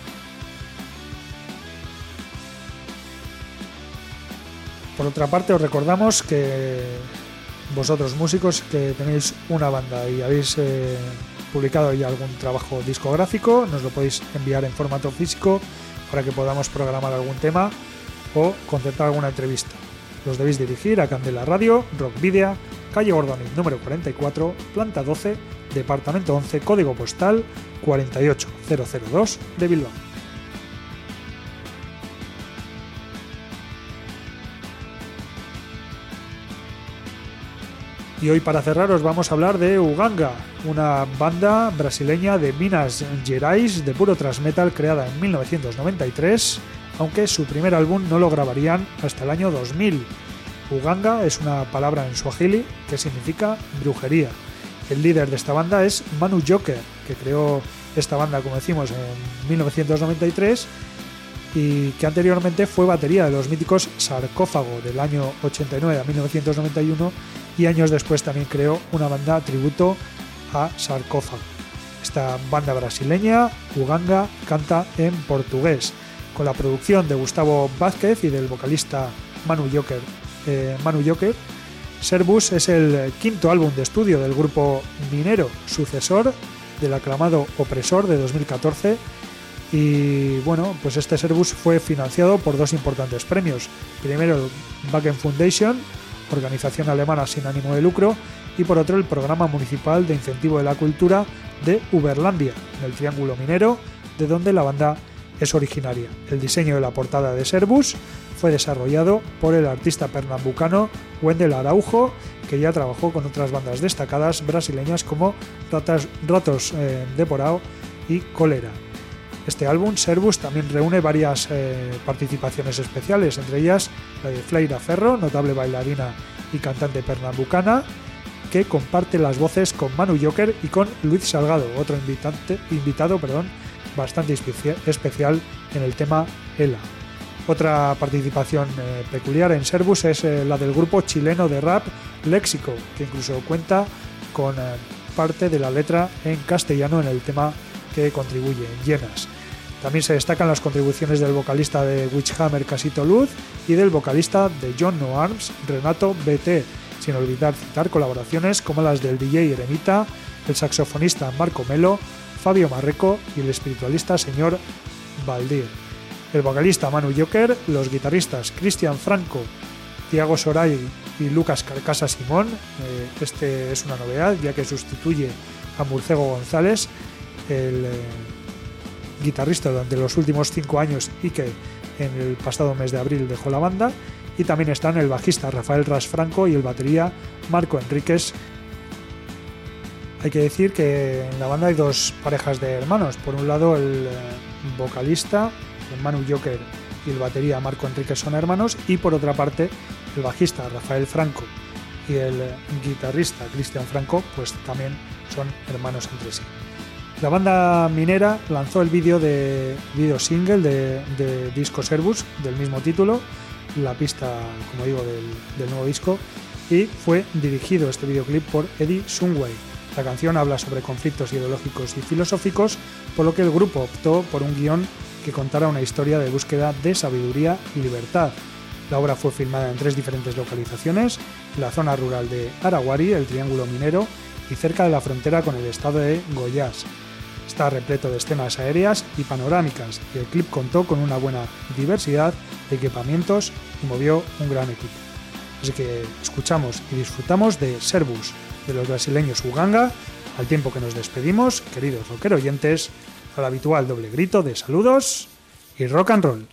Por otra parte, os recordamos que vosotros músicos que tenéis una banda y habéis eh, publicado ya algún trabajo discográfico, nos lo podéis enviar en formato físico para que podamos programar algún tema o concertar alguna entrevista. Los debéis dirigir a Candela Radio, Rockvidia, calle Gordoniz número cuarenta y cuatro, planta doce, departamento once, código postal cuarenta y ocho mil dos de Bilbao. Y hoy, para cerrar, os vamos a hablar de Uganga, una banda brasileña de Minas Gerais de puro thrash metal creada en mil novecientos noventa y tres, aunque su primer álbum no lo grabarían hasta el año dos mil. Uganga es una palabra en suajili que significa brujería. El líder de esta banda es Manu Joker, que creó esta banda, como decimos, en mil novecientos noventa y tres y que anteriormente fue batería de los míticos Sarcófago del año ochenta y nueve a mil novecientos noventa y uno, y años después también creó una banda tributo a Sarcófago. Esta banda brasileña, Uganga, canta en portugués, con la producción de Gustavo Vázquez y del vocalista Manu Joker. Eh, Manu Joker. Servus es el quinto álbum de estudio del grupo minero, sucesor del aclamado Opresor de dos mil catorce. Y bueno, pues este Servus fue financiado por dos importantes premios. Primero el Wacken Foundation, organización alemana sin ánimo de lucro, y por otro el Programa Municipal de Incentivo de la Cultura de Uberlandia, en el Triángulo Minero, de donde la banda es originaria. El diseño de la portada de Servus fue desarrollado por el artista pernambucano Wendel Araujo, que ya trabajó con otras bandas destacadas brasileñas como Ratas, Ratos eh, de Porao y Cólera. Este álbum, Servus, también reúne varias eh, participaciones especiales, entre ellas la de Fleira Ferro, notable bailarina y cantante pernambucana, que comparte las voces con Manu Joker y con Luis Salgado, otro invitante, invitado perdón, bastante especial en el tema Ela. Otra participación eh, peculiar en Servus es eh, la del grupo chileno de rap Léxico, que incluso cuenta con eh, parte de la letra en castellano en el tema que contribuye, en Llenas. También se destacan las contribuciones del vocalista de Witchhammer, Casito Luz, y del vocalista de John No Arms, Renato B T, sin olvidar citar colaboraciones como las del D J Eremita, el saxofonista Marco Melo, Fabio Marreco y el espiritualista señor Valdir. El vocalista Manu Joker, los guitarristas Cristian Franco, Tiago Soray y Lucas Carcasa Simón, eh, este es una novedad ya que sustituye a Murcego González, el eh, guitarrista durante los últimos cinco años y que en el pasado mes de abril dejó la banda, y también están el bajista Rafael Ras Franco y el batería Marco Enríquez. Hay que decir que en la banda hay dos parejas de hermanos, por un lado el eh, vocalista el Manu Joker y el batería Marco Enríquez son hermanos, y por otra parte el bajista Rafael Franco y el eh, guitarrista Cristian Franco pues también son hermanos entre sí. La banda minera lanzó el vídeo de vídeo single de, de disco Servus del mismo título, la pista, como digo, del, del nuevo disco, y fue dirigido este videoclip por Eddie Sunway. La canción habla sobre conflictos ideológicos y filosóficos, por lo que el grupo optó por un guión que contara una historia de búsqueda de sabiduría y libertad. La obra fue filmada en tres diferentes localizaciones, en la zona rural de Araguari, el Triángulo Minero, y cerca de la frontera con el estado de Goiás. Está repleto de escenas aéreas y panorámicas, y el clip contó con una buena diversidad de equipamientos y movió un gran equipo. Así que escuchamos y disfrutamos de Servus, de los brasileños Uganga, al tiempo que nos despedimos, queridos rockero oyentes, al habitual doble grito de saludos y rock and roll.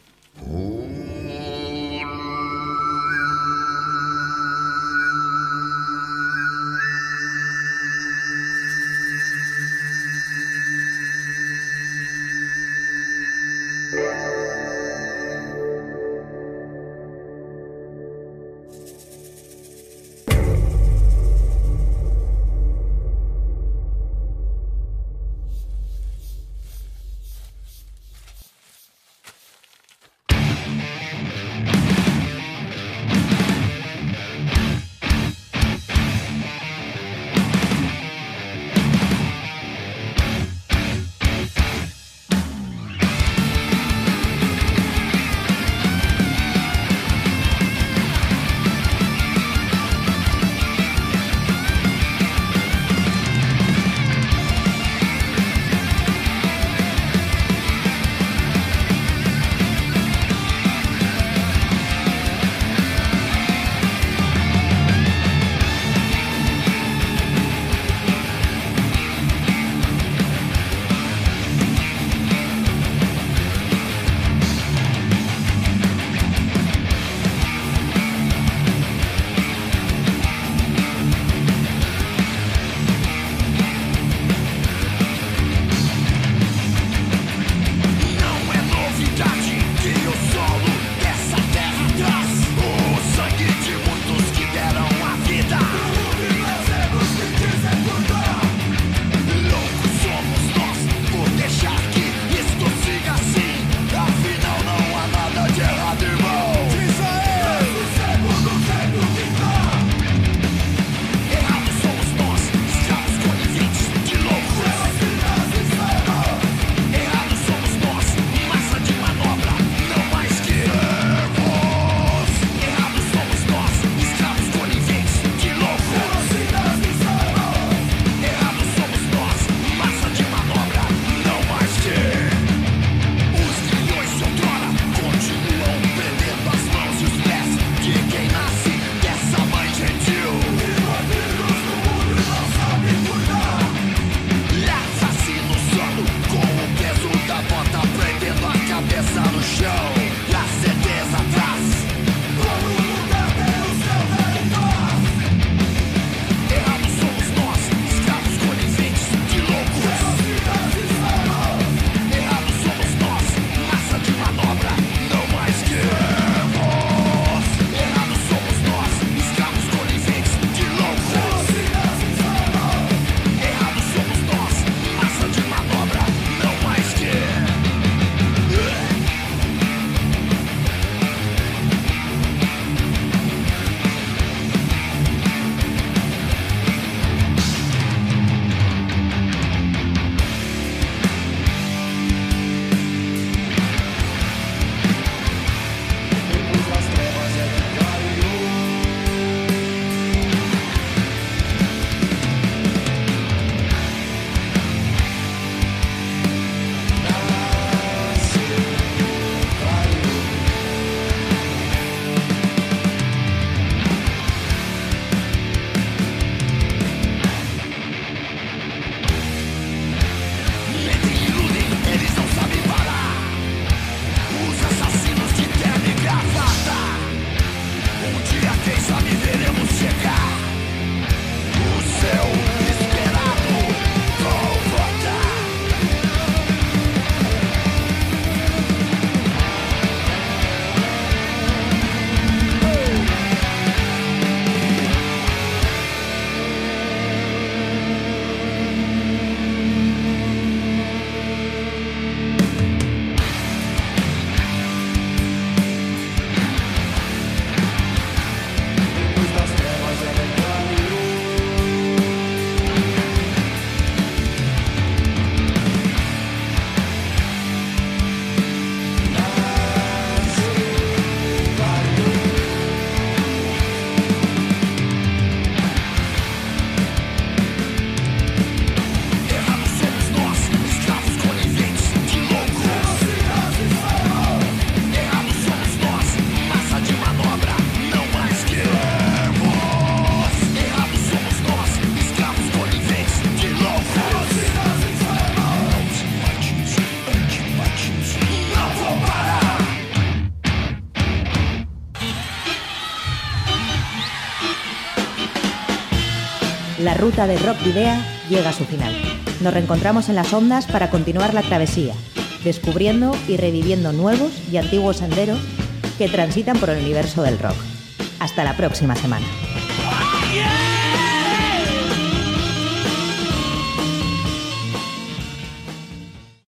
La ruta de Rock Video llega a su final. Nos reencontramos en las ondas para continuar la travesía, descubriendo y reviviendo nuevos y antiguos senderos que transitan por el universo del rock. Hasta la próxima semana.